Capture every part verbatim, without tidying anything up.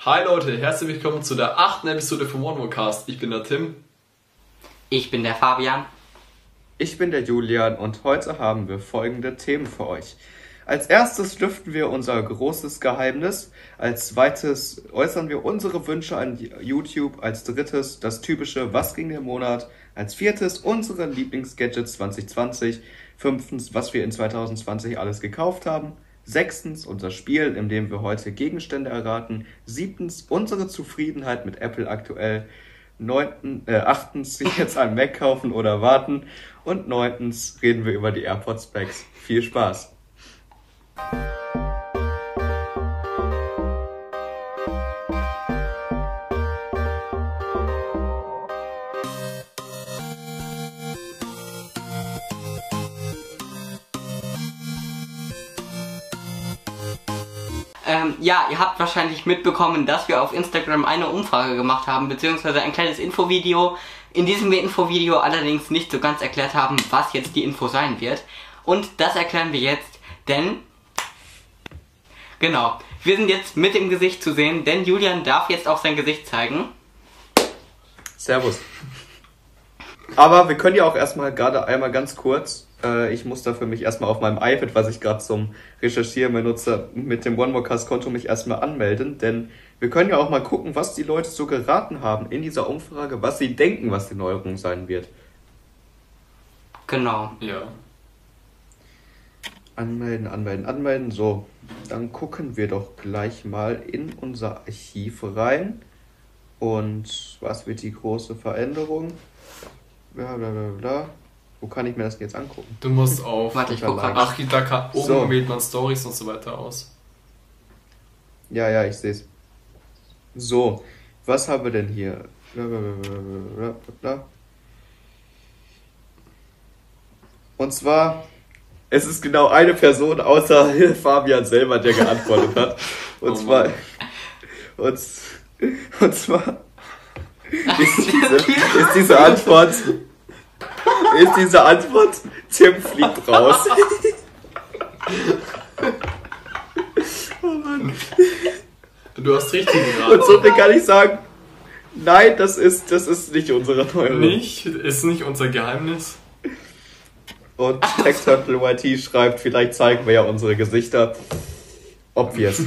Hi Leute, herzlich willkommen zu der achten Episode vom OneMoreCast. Ich bin der Tim. Ich bin der Fabian. Ich bin der Julian und heute haben wir folgende Themen für euch. Als erstes lüften wir unser großes Geheimnis. Als zweites äußern wir unsere Wünsche an YouTube. Als drittes das typische Was ging der Monat. Als viertes unsere Lieblingsgadgets zwanzig zwanzig. Fünftens, was wir in zwanzig zwanzig alles gekauft haben. Sechstens, unser Spiel, in dem wir heute Gegenstände erraten. Siebtens, unsere Zufriedenheit mit Apple aktuell. Neunten, äh, achtens, sich jetzt ein Mac kaufen oder warten. Und neuntens, reden wir über die AirPods Max. Viel Spaß! Ähm, ja, ihr habt wahrscheinlich mitbekommen, dass wir auf Instagram eine Umfrage gemacht haben, beziehungsweise ein kleines Infovideo. In diesem Infovideo allerdings nicht so ganz erklärt haben, was jetzt die Info sein wird. Und das erklären wir jetzt, denn... Genau, wir sind jetzt mit dem Gesicht zu sehen, denn Julian darf jetzt auch sein Gesicht zeigen. Servus. Aber wir können ja auch erstmal gerade einmal ganz kurz, äh, ich muss dafür mich erstmal auf meinem iPad, was ich gerade zum Recherchieren benutze, mit dem OneMoreCast-Konto mich erstmal anmelden, denn wir können ja auch mal gucken, was die Leute so geraten haben in dieser Umfrage, was sie denken, was die Neuerung sein wird. Genau. Ja. Anmelden, anmelden, anmelden. So, dann gucken wir doch gleich mal in unser Archiv rein. Und was wird die große Veränderung? Bla bla bla bla. Wo kann ich mir das jetzt angucken? Du musst auf... Warte, ich guck grad. Ach, da kann, oben So. wählt man Stories und so weiter aus. Ja, ja, ich sehe es. So, was haben wir denn hier? Bla bla bla bla bla bla. Und zwar, es ist genau eine Person außer Fabian selber, der geantwortet hat. Und Oh zwar, Mann. und, und zwar ist diese, ist diese Antwort, ist diese Antwort, Tim fliegt raus. Oh Mann. Du hast richtig geraten. Und so viel kann ich sagen, nein, das ist, das ist nicht unsere Neuerung. Nicht? Ist nicht unser Geheimnis? Und TechTurtle Y T schreibt, vielleicht zeigen wir ja unsere Gesichter. Obvious.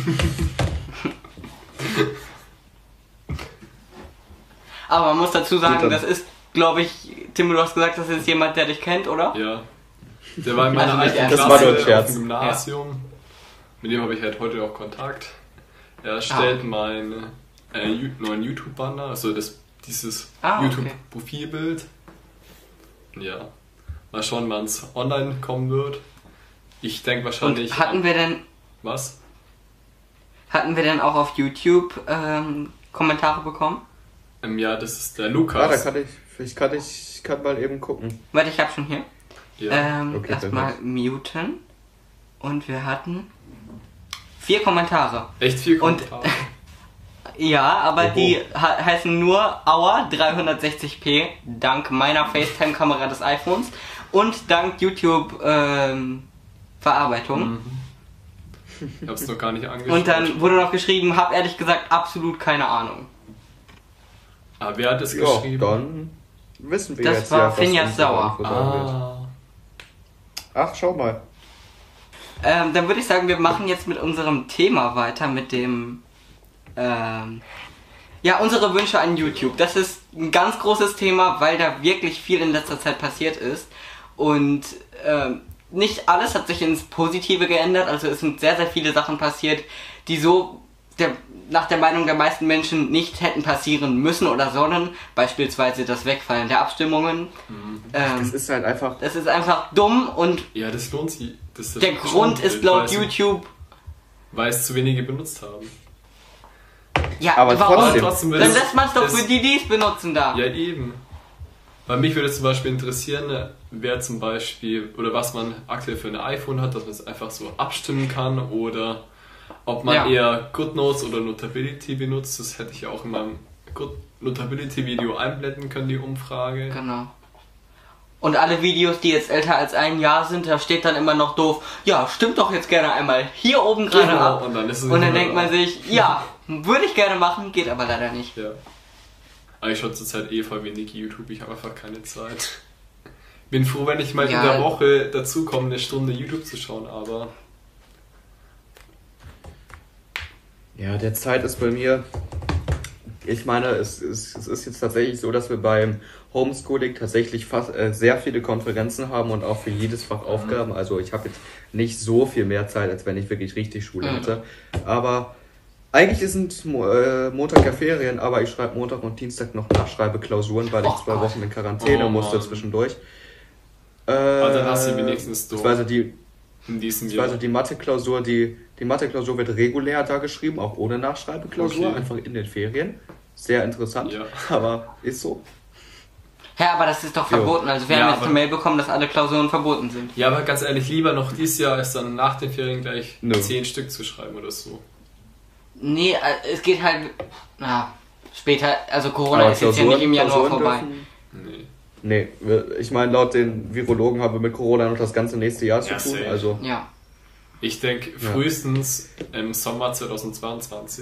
Aber man muss dazu sagen, Gut, dann. das ist, glaube ich, Tim, du hast gesagt, das ist jemand, der dich kennt, oder? Ja. Der war in meiner Also nicht alten ernst. Das war nur ein Klasse Scherz. auf dem Gymnasium. Mit dem habe ich halt heute auch Kontakt. Er stellt Ah. meinen äh, Ju- neuen YouTube-Banner, also das, dieses Ah, okay. YouTube-Profilbild. Ja. Mal schauen, wann es online kommen wird. Ich denke wahrscheinlich... Und hatten wir denn, Was? hatten wir denn auch auf YouTube ähm, Kommentare bekommen? Ähm, ja, das ist der Ah, da Lukas. kann ich, ich kann, ich kann mal eben gucken. Warte, ich hab schon hier. Ja. Ähm, Okay, erstmal perfekt. muten. Und wir hatten vier Kommentare. Echt viel und- Kommentare. Ja, aber Oho. die he heißen nur Aua dreihundertsechzig p, dank meiner FaceTime-Kamera des iPhones und dank YouTube-Verarbeitung. Mhm. Ich hab's noch gar nicht angeschaut. Und dann wurde noch geschrieben, hab ehrlich gesagt absolut keine Ahnung. Ah, wer hat es Ja, geschrieben? dann wissen wir Das jetzt war ja, was Finjas unsere Sauer. Info sein wird. Ah. Ach, schau mal. Ähm, dann würde ich sagen, wir machen jetzt mit unserem Thema weiter, mit dem, ähm, ja, unsere Wünsche an YouTube. Das ist ein ganz großes Thema, weil da wirklich viel in letzter Zeit passiert ist. Und ähm, nicht alles hat sich ins Positive geändert. Also es sind sehr, sehr viele Sachen passiert, die so der, nach der Meinung der meisten Menschen nicht hätten passieren müssen oder sollen. Beispielsweise das Wegfallen der Abstimmungen. Das Ähm, ist halt einfach... das ist einfach dumm und Ja, das lohnt sich. Das ist der schon Grund blöd, ist laut weil es- YouTube... Weil es zu wenige benutzt haben. Ja, Aber warum? trotzdem. Trotzdem Dann es- lässt man es doch es- für die, die es benutzen da. Ja, eben. Weil mich würde zum Beispiel interessieren, wer zum Beispiel, oder was man aktuell für ein iPhone hat, dass man es einfach so abstimmen kann, oder ob man Ja. eher GoodNotes oder Notability benutzt. Das hätte ich ja auch in meinem Good Notability Video einblenden können, die Umfrage. Genau. Und alle Videos, die jetzt älter als ein Jahr sind, da steht dann immer noch doof, ja, stimmt doch jetzt gerne einmal hier oben gerade Genau, ab. und dann ist es Und dann nicht denkt mehr man sich, ja, würde ich gerne machen, geht aber leider nicht. Ja. Aber ich schaue zurzeit eh voll wenig YouTube, ich habe einfach keine Zeit. Bin froh, wenn ich mal Ja. in der Woche dazu komme, eine Stunde YouTube zu schauen, aber Ja, der Zeit ist bei mir, ich meine, es, es, es ist jetzt tatsächlich so, dass wir beim Homeschooling tatsächlich fast äh, sehr viele Konferenzen haben und auch für jedes Fach Aufgaben. Also ich habe jetzt nicht so viel mehr Zeit, als wenn ich wirklich richtig Schule Mhm. hätte. Aber eigentlich sind Mo- äh, Montag ja Ferien, aber ich schreibe Montag und Dienstag noch Nachschreibeklausuren, weil ich Oh zwei Gott. Wochen in Quarantäne Oh musste Mann. zwischendurch. Äh, Aber dann hast du wenigstens durch. Also die, in diesem das Jahr. war also die Mathe-Klausur, die, die Mathe-Klausur wird regulär da geschrieben, auch ohne Nachschreibeklausur, Okay. einfach in den Ferien. Sehr interessant, Ja. aber ist so. Ja, aber das ist doch Jo. verboten. Also wir Ja, haben jetzt aber- eine Mail bekommen, dass alle Klausuren verboten sind. Ja, aber ganz ehrlich, lieber noch dieses Jahr, als dann nach den Ferien gleich Nö. zehn Stück zu schreiben oder so. Nee, äh, es geht halt, na, später, also Corona Aber ist jetzt ja nicht im Januar Klausuren vorbei. dürfen- Nee. Nee, wir- ich meine, laut den Virologen haben wir mit Corona noch das ganze nächste Jahr zu Ja, tun. safe. Also, Ja. Ich denke Ja. frühestens im Sommer zweitausendzweiundzwanzig.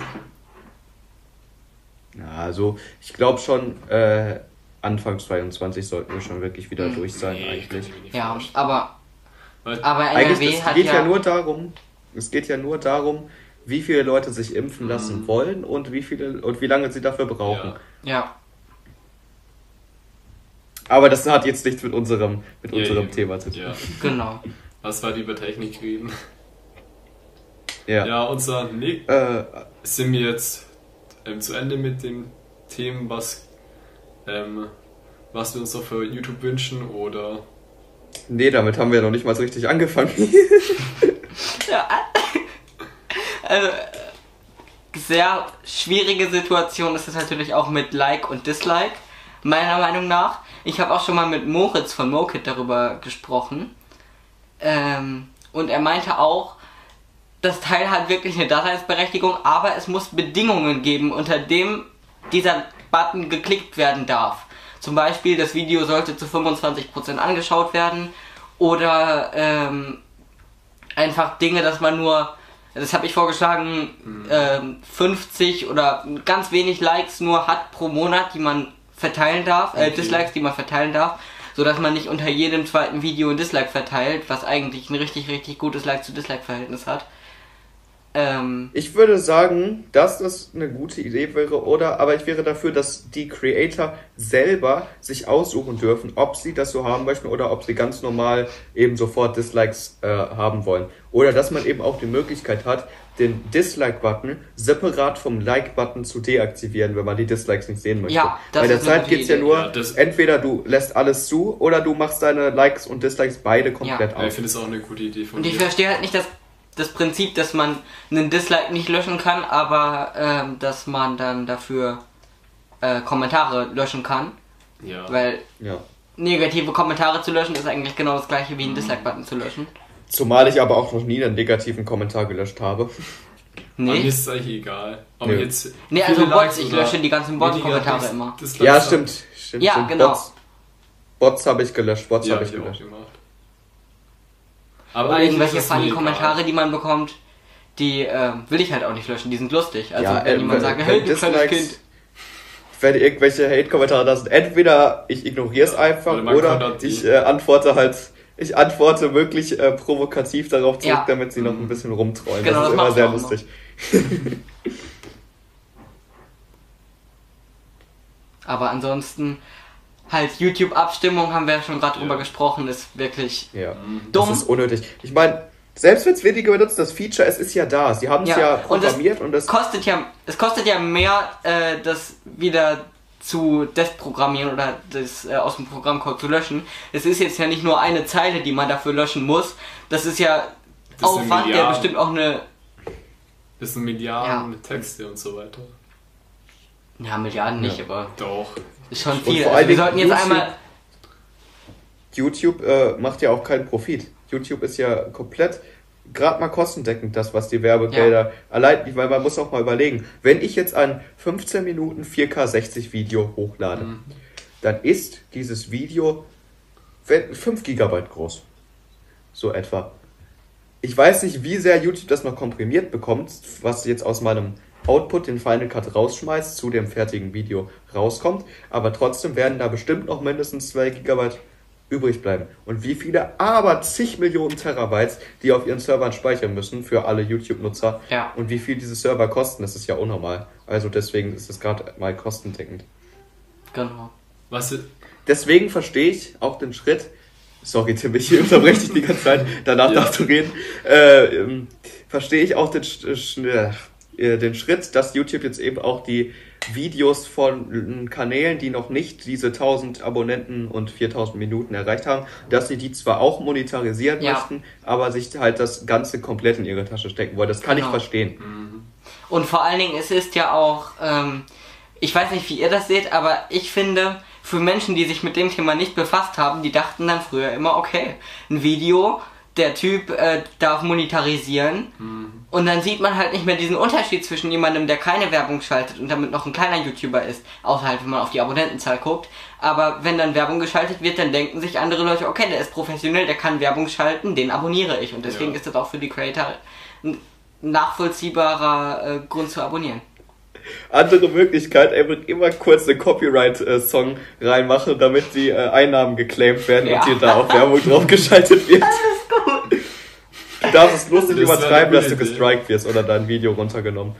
ja, also ich glaube schon, äh, Anfang zweiundzwanzig sollten wir schon wirklich wieder Mhm. durch sein Nee, eigentlich. kann ich mir nicht Ja, vorstellen. aber, Weil- aber N R Eigentlich, W es hat geht ja, ja, nur darum, es geht ja nur darum, wie viele Leute sich impfen lassen Mhm. wollen und wie viele und wie lange sie dafür brauchen. Ja. ja, Aber das hat jetzt nichts mit unserem, mit Ja, unserem eben. Thema zu tun. Ja. genau. Was war die über Technik reden? Ja. Ja, unser Nick Äh, sind wir jetzt ähm, zu Ende mit den Themen, was, ähm, was wir uns noch für YouTube wünschen oder. nee, damit haben wir noch nicht mal so richtig angefangen. Ja, also, äh, sehr schwierige Situation ist es natürlich auch mit Like und Dislike, meiner Meinung nach. Ich habe auch schon mal mit Moritz von MoKit darüber gesprochen. Ähm, und er meinte auch, das Teil hat wirklich eine Daseinsberechtigung, aber es muss Bedingungen geben, unter dem dieser Button geklickt werden darf. Zum Beispiel, das Video sollte zu fünfundzwanzig Prozent angeschaut werden oder ähm, einfach Dinge, dass man nur, das habe ich vorgeschlagen, ähm, fünfzig oder ganz wenig Likes nur hat pro Monat, die man verteilen darf, äh, Okay. Dislikes, die man verteilen darf, so dass man nicht unter jedem zweiten Video ein Dislike verteilt, was eigentlich ein richtig, richtig gutes Like-zu-Dislike-Verhältnis hat. Ähm, Ich würde sagen, dass das eine gute Idee wäre, oder, aber ich wäre dafür, dass die Creator selber sich aussuchen dürfen, ob sie das so haben möchten oder ob sie ganz normal eben sofort Dislikes äh, haben wollen. Oder dass man eben auch die Möglichkeit hat, den Dislike-Button separat vom Like-Button zu deaktivieren, wenn man die Dislikes nicht sehen möchte. Ja, das Bei der ist eine Zeit gute geht's ja Idee. nur, Ja, das- entweder du lässt alles zu oder du machst deine Likes und Dislikes beide komplett Ja. Ja, ich aus. finde es auch eine gute Idee von und ich dir. verstehe halt nicht das, das Prinzip, dass man einen Dislike nicht löschen kann, aber ähm, dass man dann dafür äh, Kommentare löschen kann, Ja. weil Ja. negative Kommentare zu löschen ist eigentlich genau das gleiche wie einen Dislike-Button zu löschen. Zumal ich aber auch noch nie einen negativen Kommentar gelöscht habe. Aber mir Nee, ist es eigentlich egal. Ob Nö. ich jetzt nee viele also Bots, Likes ich oder lösche die ganzen weniger Bot-Kommentare Dis- immer. Dislikes Ja, habe. stimmt. stimmt Ja, stimmt. genau. Bots, Bots habe ich gelöscht. Bots Ja, habe hab ich ich auch gelöscht. gemacht. Aber Oder eigentlich irgendwelche ist es mir funny egal. Kommentare, die man bekommt, die ähm, will ich halt auch nicht löschen, die sind lustig. Also Ja, wenn äh, jemand wenn- sagt, wenn hey, du kleines Dislikes- Kind. Wenn irgendwelche Hate-Kommentare da sind, entweder ich ignoriere es Ja, einfach oder man oder kontert die. ich äh, antworte halt, ich antworte wirklich äh, provokativ darauf zurück, Ja. damit sie noch ein bisschen rumtrollen. Genau, das das ist immer mach ich sehr auch immer. lustig. Aber ansonsten, halt YouTube-Abstimmung, haben wir ja schon gerade drüber Ja. gesprochen, ist wirklich Ja, dumm. das ist unnötig. Ich meine, selbst wenn es weniger benutzt, das Feature, es ist ja da. Sie haben es Ja, ja, und es programmiert und das... kostet ja, es kostet ja mehr, äh, das wieder zu desprogrammieren oder das äh, aus dem Programmcode zu löschen. Es ist jetzt ja nicht nur eine Zeile, die man dafür löschen muss. Das ist ja Das sind Aufwand, der Milliarden. bestimmt auch eine, Das sind Milliarden Ja. mit Texte und so weiter. ja Milliarden nicht, Ja. aber Doch. ist schon Und viel. vor Also allen wir Dingen sollten jetzt YouTube- einmal, YouTube äh, macht ja auch keinen Profit. YouTube ist ja komplett gerade mal kostendeckend, das, was die Werbegelder allein, weil man muss auch mal überlegen, wenn ich jetzt ein fünfzehn Minuten vier K sechzig Video hochlade, Mhm. dann ist dieses Video fünf Gigabyte groß. So etwa. Ich weiß nicht, wie sehr YouTube das noch komprimiert bekommt, was jetzt aus meinem Output, den Final Cut rausschmeißt, zu dem fertigen Video rauskommt, aber trotzdem werden da bestimmt noch mindestens zwei Gigabyte übrig bleiben. Und wie viele, aber zig Millionen Terabytes, die auf ihren Servern speichern müssen für alle YouTube-Nutzer. Ja. Und wie viel diese Server kosten, das ist ja unnormal. Also deswegen ist es gerade mal kostendeckend. Genau. Was? Deswegen verstehe ich auch den Schritt, sorry Tim, ich unterbreche dich die ganze Zeit, danach Ja. darfst du reden, äh, ähm, verstehe ich auch den, Sch- äh, den Schritt, dass YouTube jetzt eben auch die Videos von Kanälen, die noch nicht diese tausend Abonnenten und viertausend Minuten erreicht haben, dass sie die zwar auch monetarisieren Ja. möchten, aber sich halt das Ganze komplett in ihre Tasche stecken wollen. Das kann Genau. ich verstehen. Und vor allen Dingen, es ist ja auch, ähm, ich weiß nicht, wie ihr das seht, aber ich finde, für Menschen, die sich mit dem Thema nicht befasst haben, die dachten dann früher immer, okay, ein Video, der Typ äh, darf monetarisieren und dann sieht man halt nicht mehr diesen Unterschied zwischen jemandem, der keine Werbung schaltet und damit noch ein kleiner YouTuber ist, außer halt, wenn man auf die Abonnentenzahl guckt. Aber wenn dann Werbung geschaltet wird, dann denken sich andere Leute, okay, der ist professionell, der kann Werbung schalten, den abonniere ich. Und deswegen Ja. ist das auch für die Creator ein nachvollziehbarer äh, Grund zu abonnieren. Andere Möglichkeit, einfach immer kurz einen Copyright-Song reinmachen, damit die äh, Einnahmen geclaimt werden Ja. und dir da auch Werbung drauf geschaltet wird. Alles gut. Du darfst es bloß nicht Das wäre übertreiben, eine dass du gute gestrikt wirst oder dein Video runtergenommen.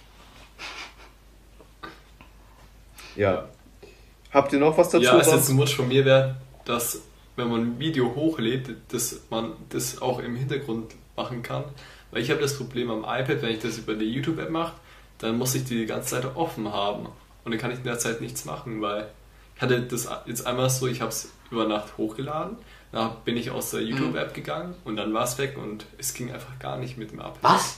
Ja. Habt ihr noch was dazu? Ja, also sonst? jetzt ein Wunsch von mir wäre, dass wenn man ein Video hochlädt, dass man das auch im Hintergrund machen kann. Weil ich habe das Problem am iPad, wenn ich das über die YouTube-App mache, dann muss ich die die ganze Zeit offen haben. Und dann kann ich in der Zeit nichts machen, weil ich hatte das jetzt einmal so, ich habe es über Nacht hochgeladen, dann bin ich aus der YouTube-App gegangen und dann war es weg und es ging einfach gar nicht mit dem Upload. Was?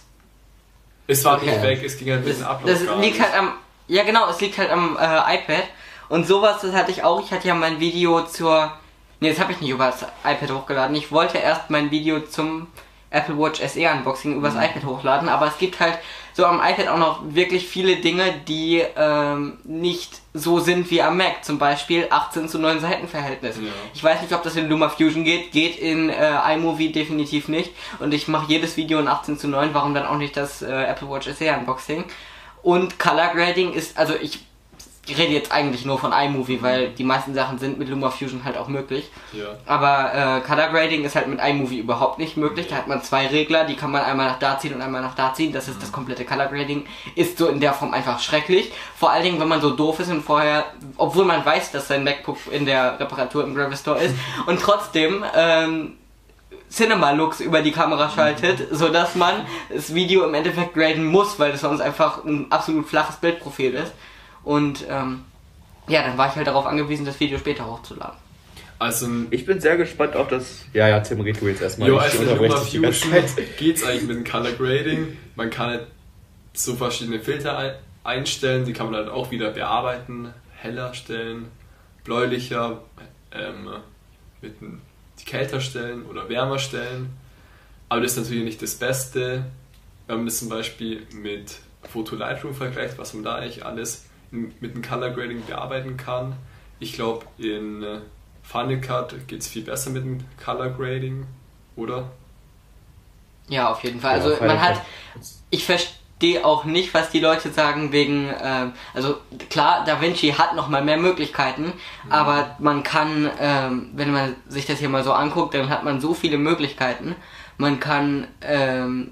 Es war Okay. nicht weg, es ging halt mit Das, dem Upload das gar liegt nicht. halt am, ja genau, es liegt halt am äh, iPad. Und sowas, das hatte ich auch. Ich hatte ja mein Video zur, nee, das habe ich nicht über das iPad hochgeladen. Ich wollte erst mein Video zum Apple Watch S E Unboxing übers Mhm. iPad hochladen, aber es gibt halt so am iPad auch noch wirklich viele Dinge, die ähm, nicht so sind wie am Mac. Zum Beispiel achtzehn zu neun Seitenverhältnis. Ja. Ich weiß nicht, ob das in LumaFusion geht, geht in äh, iMovie definitiv nicht. Und ich mache jedes Video in achtzehn zu neun, warum dann auch nicht das äh, Apple Watch S E Unboxing? Und Color Grading ist, also ich Ich rede jetzt eigentlich nur von iMovie, weil die meisten Sachen sind mit LumaFusion halt auch möglich. Ja. Aber äh, Color Grading ist halt mit iMovie überhaupt nicht möglich. Da hat man zwei Regler, die kann man einmal nach da ziehen und einmal nach da ziehen. Das ist das komplette Color Grading. Ist so in der Form einfach schrecklich. Vor allen Dingen, wenn man so doof ist und vorher, obwohl man weiß, dass sein MacBook in der Reparatur im Gravis Store ist und trotzdem ähm, Cinema Looks über die Kamera schaltet, sodass man das Video im Endeffekt graden muss, weil das sonst einfach ein absolut flaches Bildprofil ist. Und ähm, ja, dann war ich halt darauf angewiesen, das Video später hochzuladen. Also Ich bin sehr gespannt auf das... Ja, ja, Tim, red du jetzt erstmal. Jo, Ich also in unterbreche dich die ganze LumaFusion Zeit. geht es eigentlich mit dem Color Grading. Man kann halt so verschiedene Filter ein- einstellen, die kann man halt auch wieder bearbeiten, heller stellen, bläulicher, ähm, mit einem, die kälter stellen oder wärmer stellen. Aber das ist natürlich nicht das Beste, wenn man das zum Beispiel mit Photo Lightroom vergleicht, was man da eigentlich alles in, mit dem Color Grading bearbeiten kann. Ich glaube, in äh, Final Cut geht es viel besser mit dem Color Grading, oder? Ja, auf jeden Fall. Ja, Also Final man hat, Cut. ich verstehe auch nicht, was die Leute sagen wegen, ähm, also klar, DaVinci hat noch mal mehr Möglichkeiten, Mhm. aber man kann, ähm, wenn man sich das hier mal so anguckt, dann hat man so viele Möglichkeiten. Man kann, ähm,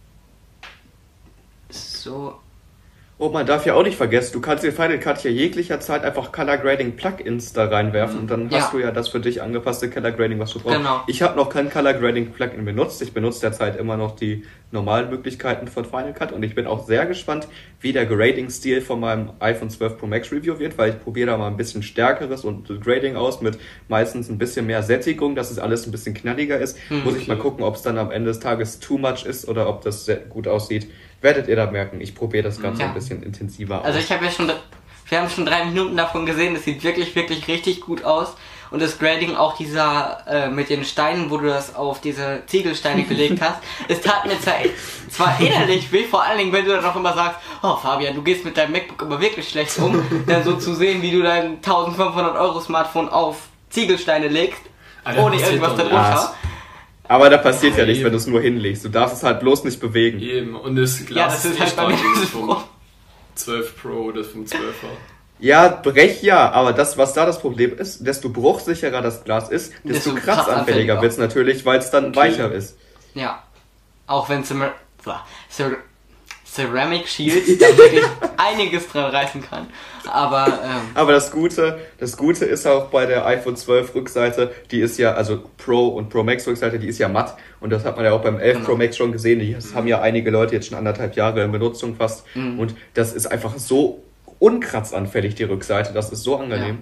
so, Oh, man darf ja auch nicht vergessen, du kannst in Final Cut ja jeglicher Zeit einfach Color Grading Plugins da reinwerfen und dann Ja. hast du ja das für dich angepasste Color Grading, was du brauchst. Genau. Ich habe noch kein Color Grading Plugin benutzt. Ich benutze derzeit immer noch die normalen Möglichkeiten von Final Cut und ich bin auch sehr gespannt, wie der Grading-Stil von meinem iPhone zwölf Pro Max Review wird, weil ich probiere da mal ein bisschen stärkeres und Grading aus mit meistens ein bisschen mehr Sättigung, dass es alles ein bisschen knalliger ist. Muss ich mal gucken, ob es dann am Ende des Tages too much ist oder ob das sehr gut aussieht. Werdet ihr da merken. Ich probiere das Ganze Ja. ein bisschen intensiver aus. also ich habe ja schon, wir haben schon drei Minuten davon gesehen, das sieht wirklich, wirklich richtig gut aus. Und das Grading, auch dieser äh, mit den Steinen, wo du das auf diese Ziegelsteine gelegt hast, es tat mir zwar, zwar innerlich weh, vor allen Dingen, wenn du dann auch immer sagst, oh Fabian, du gehst mit deinem MacBook immer wirklich schlecht um, dann so zu sehen, wie du dein eintausendfünfhundert Euro Smartphone auf Ziegelsteine legst. Alter, ohne passiert irgendwas doch darunter. nichts. Aber da passiert Ja, ja nichts, eben. wenn du es nur hinlegst. Du darfst es halt bloß nicht bewegen. Eben, und das Glas Ja, das ist halt bei mir stark so. vom zwölf Pro oder vom zwölfer. Ja, Brech ja, aber das, was da das Problem ist, desto bruchsicherer das Glas ist, desto, Desto kratzanfälliger kratzanfälliger. wird es natürlich, weil es dann Okay. weicher ist. Ja. Auch wenn Cer Cer Ceramic Shield da wirklich einiges dran reißen kann. Aber, ähm, Aber das Gute, das Gute ist auch bei der iPhone zwölf Rückseite, die ist ja, also Pro und Pro Max Rückseite, die ist ja matt. Und das hat man ja auch beim elf Genau. Pro Max schon gesehen. Die das haben ja einige Leute jetzt schon anderthalb Jahre in Benutzung fast. Mhm. Und das ist einfach so unkratzanfällig, die Rückseite. Das ist so angenehm.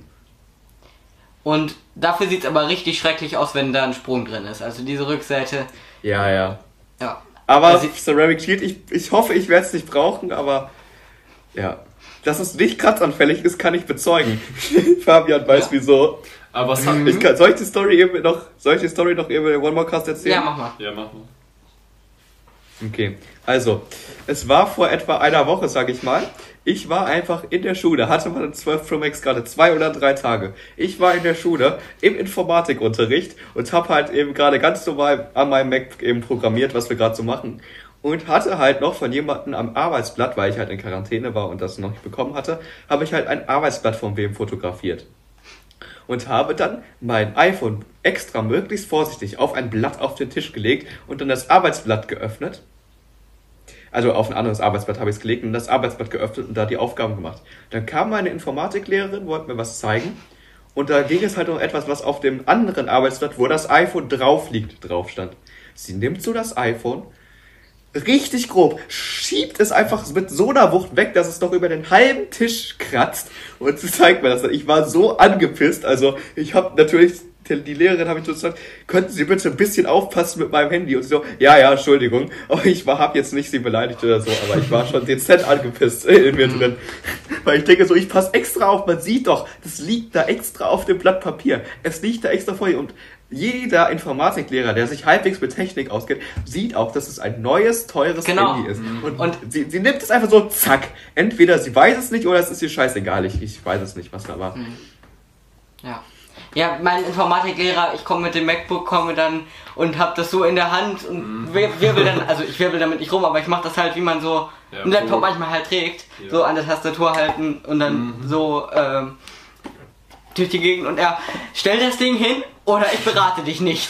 und dafür sieht es aber richtig schrecklich aus, wenn da ein Sprung drin ist. Also diese Rückseite, Ja, ja. ja. Aber Das sieht- Ceramic Shield, ich, ich hoffe, ich werde es nicht brauchen, aber ja. Dass es nicht kratzanfällig ist, kann ich bezeugen. Fabian weiß Ja. wieso. Aber was hat... Ich kann, soll ich die Story eben noch, soll ich die Story noch eben in One More Cast erzählen? Ja, mach mal. Ja, mach mal. Okay, also, es war vor etwa einer Woche, sag ich mal. Ich war einfach in der Schule, hatte meine zwölf Pro Max gerade zwei oder drei Tage. Ich war in der Schule im Informatikunterricht und habe halt eben gerade ganz normal an meinem Mac eben programmiert, was wir gerade so machen. Und hatte halt noch von jemandem am Arbeitsblatt, weil ich halt in Quarantäne war und das noch nicht bekommen hatte, habe ich halt ein Arbeitsblatt von wem fotografiert. Und habe dann mein iPhone extra möglichst vorsichtig auf ein Blatt auf den Tisch gelegt und dann das Arbeitsblatt geöffnet. Also auf ein anderes Arbeitsblatt habe ich es gelegt und das Arbeitsblatt geöffnet und da die Aufgaben gemacht. Dann kam meine Informatiklehrerin, wollte mir was zeigen und da ging es halt um etwas, was auf dem anderen Arbeitsblatt, wo das iPhone drauf liegt, drauf stand. Sie nimmt so das iPhone, richtig grob, schiebt es einfach mit so einer Wucht weg, dass es doch über den halben Tisch kratzt und sie zeigt mir das. Ich war so angepisst, also ich habe natürlich, die Lehrerin habe ich so gesagt, könnten Sie bitte ein bisschen aufpassen mit meinem Handy? Und sie so, ja, ja, Entschuldigung, aber ich war, hab jetzt nicht sie beleidigt oder so, aber ich war schon dezent angepisst in mir drin. Weil ich denke so, ich passe extra auf, man sieht doch, das liegt da extra auf dem Blatt Papier. Es liegt da extra vor ihr und jeder Informatiklehrer, der sich halbwegs mit Technik auskennt, sieht auch, dass es ein neues, teures Genau. Handy ist. Und, Und- sie, sie nimmt es einfach so, zack. Entweder sie weiß es nicht oder es ist ihr scheißegal. Ich, ich weiß es nicht, was da war. Ja. Ja, mein Informatiklehrer, ich komme mit dem MacBook, komme dann und hab das so in der Hand und wir- wirbel dann, also ich wirbel damit nicht rum, aber ich mache das halt, wie man so Ja, einen Laptop cool. manchmal halt trägt, Ja. so an der Tastatur halten und dann so ähm, durch die Gegend und er, stell das Ding hin oder ich berate dich nicht.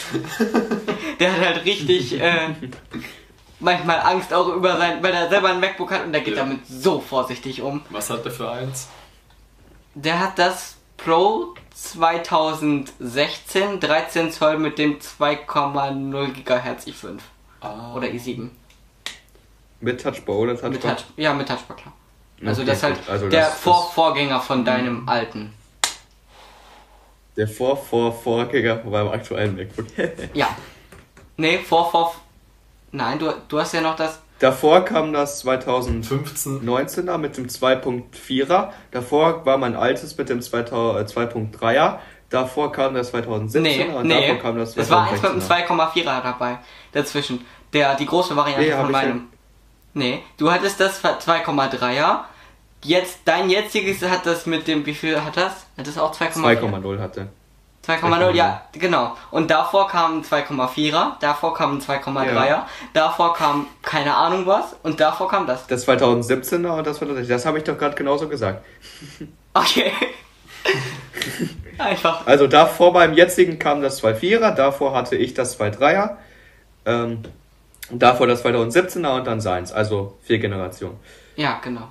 Der hat halt richtig äh, manchmal Angst auch über sein, weil er selber ein MacBook hat und der geht Ja. damit so vorsichtig um. Was hat der für eins? Der hat das Pro zweitausendsechzehn, dreizehn Zoll mit dem zwei Komma null Gigahertz i fünf Ah. oder i sieben. Mit Touchbar oder Touchbar? Mit Touch, ja, mit Touchbar, klar. Also Okay, das ist halt gut. Also der das- Vor das- Vorgänger von deinem alten. Der Vor, Vor, Vorgänger von meinem aktuellen MacBook. Ja. Nee, vor, vor. Nein, du, du hast ja noch das. Davor kam das zweitausendneunzehner fünfzehn. mit dem zwei Punkt vierer. Davor war mein altes mit dem zwei Punkt dreier. Davor kam das Nee, zweitausendsiebzehner und nee. davor kam das Es war eins mit dem zweitausendsechzehner. zwei Komma vierer dabei. Dazwischen. Der, die große Variante Nee, hab von ich meinem. Nee, du hattest das zwei Komma dreier. Jetzt, dein jetziges hat das mit dem, wie viel hat das? Hat das auch zwei Komma vier? zwei Komma null hatte. zwei Komma null, ja, genau. Und davor kam ein zwei Komma vierer, davor kam ein zwei Komma dreier, Ja. davor kam keine Ahnung was und davor kam das. Das zweitausendsiebzehner und das zweitausendsechzehner. Das habe ich doch gerade genauso gesagt. Okay. Einfach. Also davor beim jetzigen kam das zwei Komma vierer, davor hatte ich das zwei Komma dreier, ähm, davor das zweitausendsiebzehner und dann seins. Also vier Generationen. Ja, genau.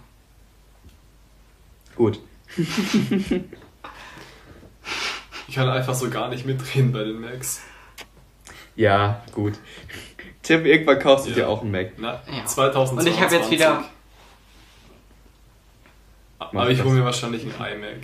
Gut. Ich kann einfach so gar nicht mitreden bei den Macs. Ja, gut. Tim, irgendwann kaufst du Ja. dir auch einen Mac. Na, Ja. zwanzig Und ich habe jetzt wieder. Aber ich hole mir wahrscheinlich einen iMac.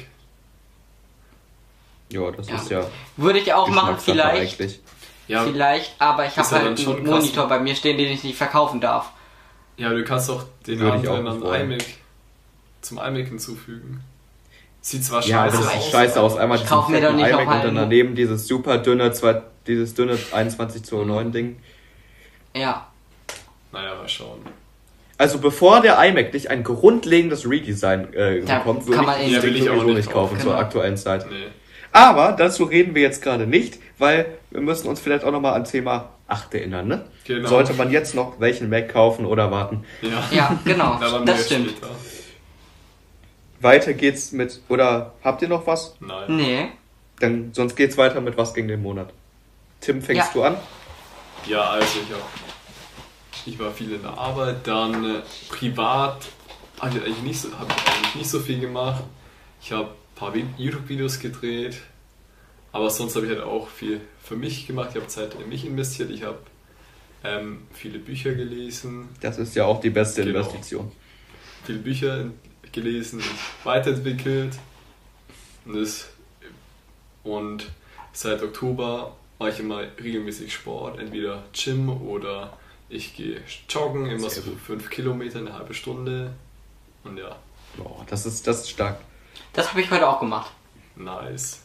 Ja, das Ja. ist ja Würde ich auch machen, Geschmackssache vielleicht. eigentlich. Ja, Vielleicht, aber ich Ist habe ja halt dann schon einen krass, Monitor ne? bei mir stehen, den ich nicht verkaufen darf. ja, du kannst auch den Würde ich auch anderen wollen. iMac zum iMac hinzufügen. Sieht zwar Ja, aber scheiße das aber sieht ich- scheiße aus. Einmal ich diesen kauf mir doch fetten nicht iMac noch und dann einen. daneben dieses super dünne, zwei, dieses dünne einundzwanzig zu neun Ding. Ja. Naja, mal schauen. Also bevor der iMac nicht ein grundlegendes Redesign äh, Da bekommt, kann würde man ich eh das Ja, will Ding ich auch sowieso nicht nicht kaufen kaufen. zur Genau. aktuellen Zeit. Nee. Aber dazu reden wir jetzt gerade nicht, weil wir müssen uns vielleicht auch nochmal an Thema acht erinnern, ne? Genau. Sollte man jetzt noch welchen Mac kaufen oder warten? Ja, Ja, genau, Da waren das wir stimmt. später. Weiter geht's mit, oder habt ihr noch was? Nein. Nee. Dann, sonst geht's weiter mit was gegen den Monat. Tim, fängst Ja. du an? Ja, also ich auch. Ich war viel in der Arbeit, dann äh, privat habe ich eigentlich nicht so, hab ich eigentlich nicht so viel gemacht. Ich habe ein paar Vi- YouTube-Videos gedreht, aber sonst habe ich halt auch viel für mich gemacht. Ich habe Zeit in mich investiert. Ich habe ähm, viele Bücher gelesen, Das ist ja auch die beste Genau. Investition. viele Bücher gelesen, mich weiterentwickelt. Und, das, und seit Oktober mache ich immer regelmäßig Sport, entweder Gym oder ich gehe joggen, immer Sehr so gut. fünf Kilometer, eine halbe Stunde. Und ja, Boah, das ist, das ist stark. Das habe ich heute auch gemacht. nice.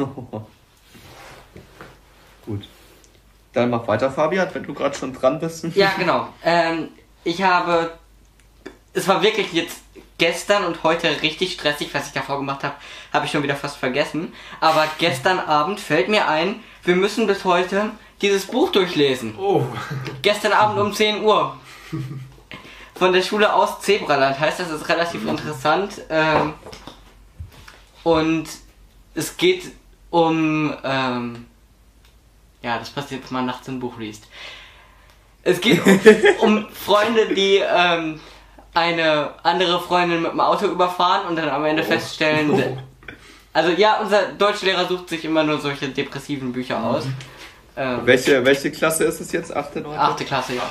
Gut. Dann mach weiter, Fabian, wenn du gerade schon dran bist. Ja, genau. Ähm, ich habe. Es war wirklich jetzt gestern und heute richtig stressig, was ich davor gemacht habe, habe ich schon wieder fast vergessen. Aber gestern Abend fällt mir ein, wir müssen bis heute dieses Buch durchlesen. Oh, Gestern Abend um zehn Uhr. Von der Schule aus Zebraland. Heißt, das ist relativ interessant. Ähm, und es geht um. Ähm, ja, das passiert, wenn man nachts ein Buch liest. Es geht um, um Freunde, die ähm, eine andere Freundin mit dem Auto überfahren und dann am Ende feststellen. Oh. Also ja, unser Deutschlehrer sucht sich immer nur solche depressiven Bücher aus. Ähm, Welche, welche Klasse ist es jetzt? Achte, neunte? achte Klasse, ja.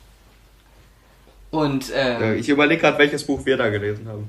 Und ähm, Äh, Ich überlege gerade, welches Buch wir da gelesen haben.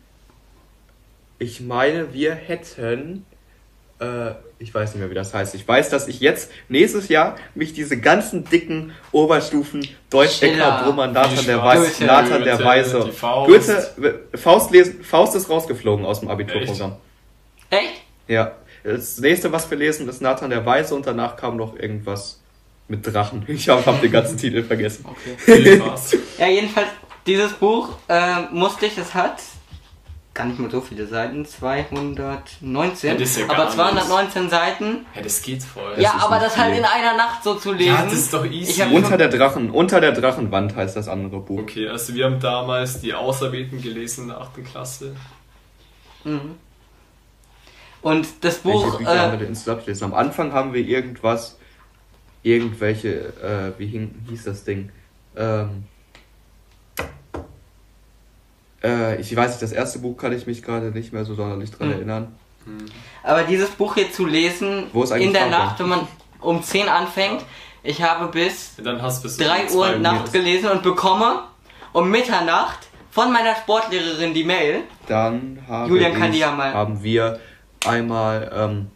Ich meine, wir hätten... Äh, ich weiß nicht mehr, wie das heißt. Ich weiß, dass ich jetzt, nächstes Jahr, mich diese ganzen dicken Oberstufen Deutsch, Schiller. Eckart, Brummer, Nathan Die der Schwarze, Weiße, Nathan der Goethe, Weiße. die Faust. Goethe, Faust lesen, Faust ist rausgeflogen aus dem Abiturprogramm. echt? Ja. Das nächste, was wir lesen, ist Nathan der Weiße und danach kam noch irgendwas mit Drachen. Ich habe hab den ganzen Titel vergessen. Okay. viel Spaß. Ja, jedenfalls, dieses Buch äh, musste ich, es hat gar nicht mehr so viele Seiten, zweihundertneunzehn, Ja, das ist ja gar aber zweihundertneunzehn Seiten. Ja, das geht voll. Ja, ist aber nicht das halt viel. in einer Nacht so zu lesen. Ja, das ist doch easy. Ich hab Unter der Drachen, unter der Drachenwand heißt das andere Buch. Okay, also wir haben damals die Auserwählten gelesen in der achten Klasse. Mhm. Und das Welche Buch, Bücher haben wir äh, denn insgesamt gelesen? Am Anfang haben wir irgendwas, irgendwelche, äh, wie hing, hieß das Ding? Ähm, äh, ich weiß nicht, das erste Buch kann ich mich gerade nicht mehr so sonderlich dran Hm. erinnern. aber dieses Buch hier zu lesen, Wo ist eigentlich in der Fabian? Nacht, wenn man um zehn anfängt, ich habe bis Und dann hast du bis drei um Uhr zwei nachts gelesen und bekomme um Mitternacht von meiner Sportlehrerin die Mail. Dann habe Julian kann ich, die ja mal- haben wir einmal, ähm,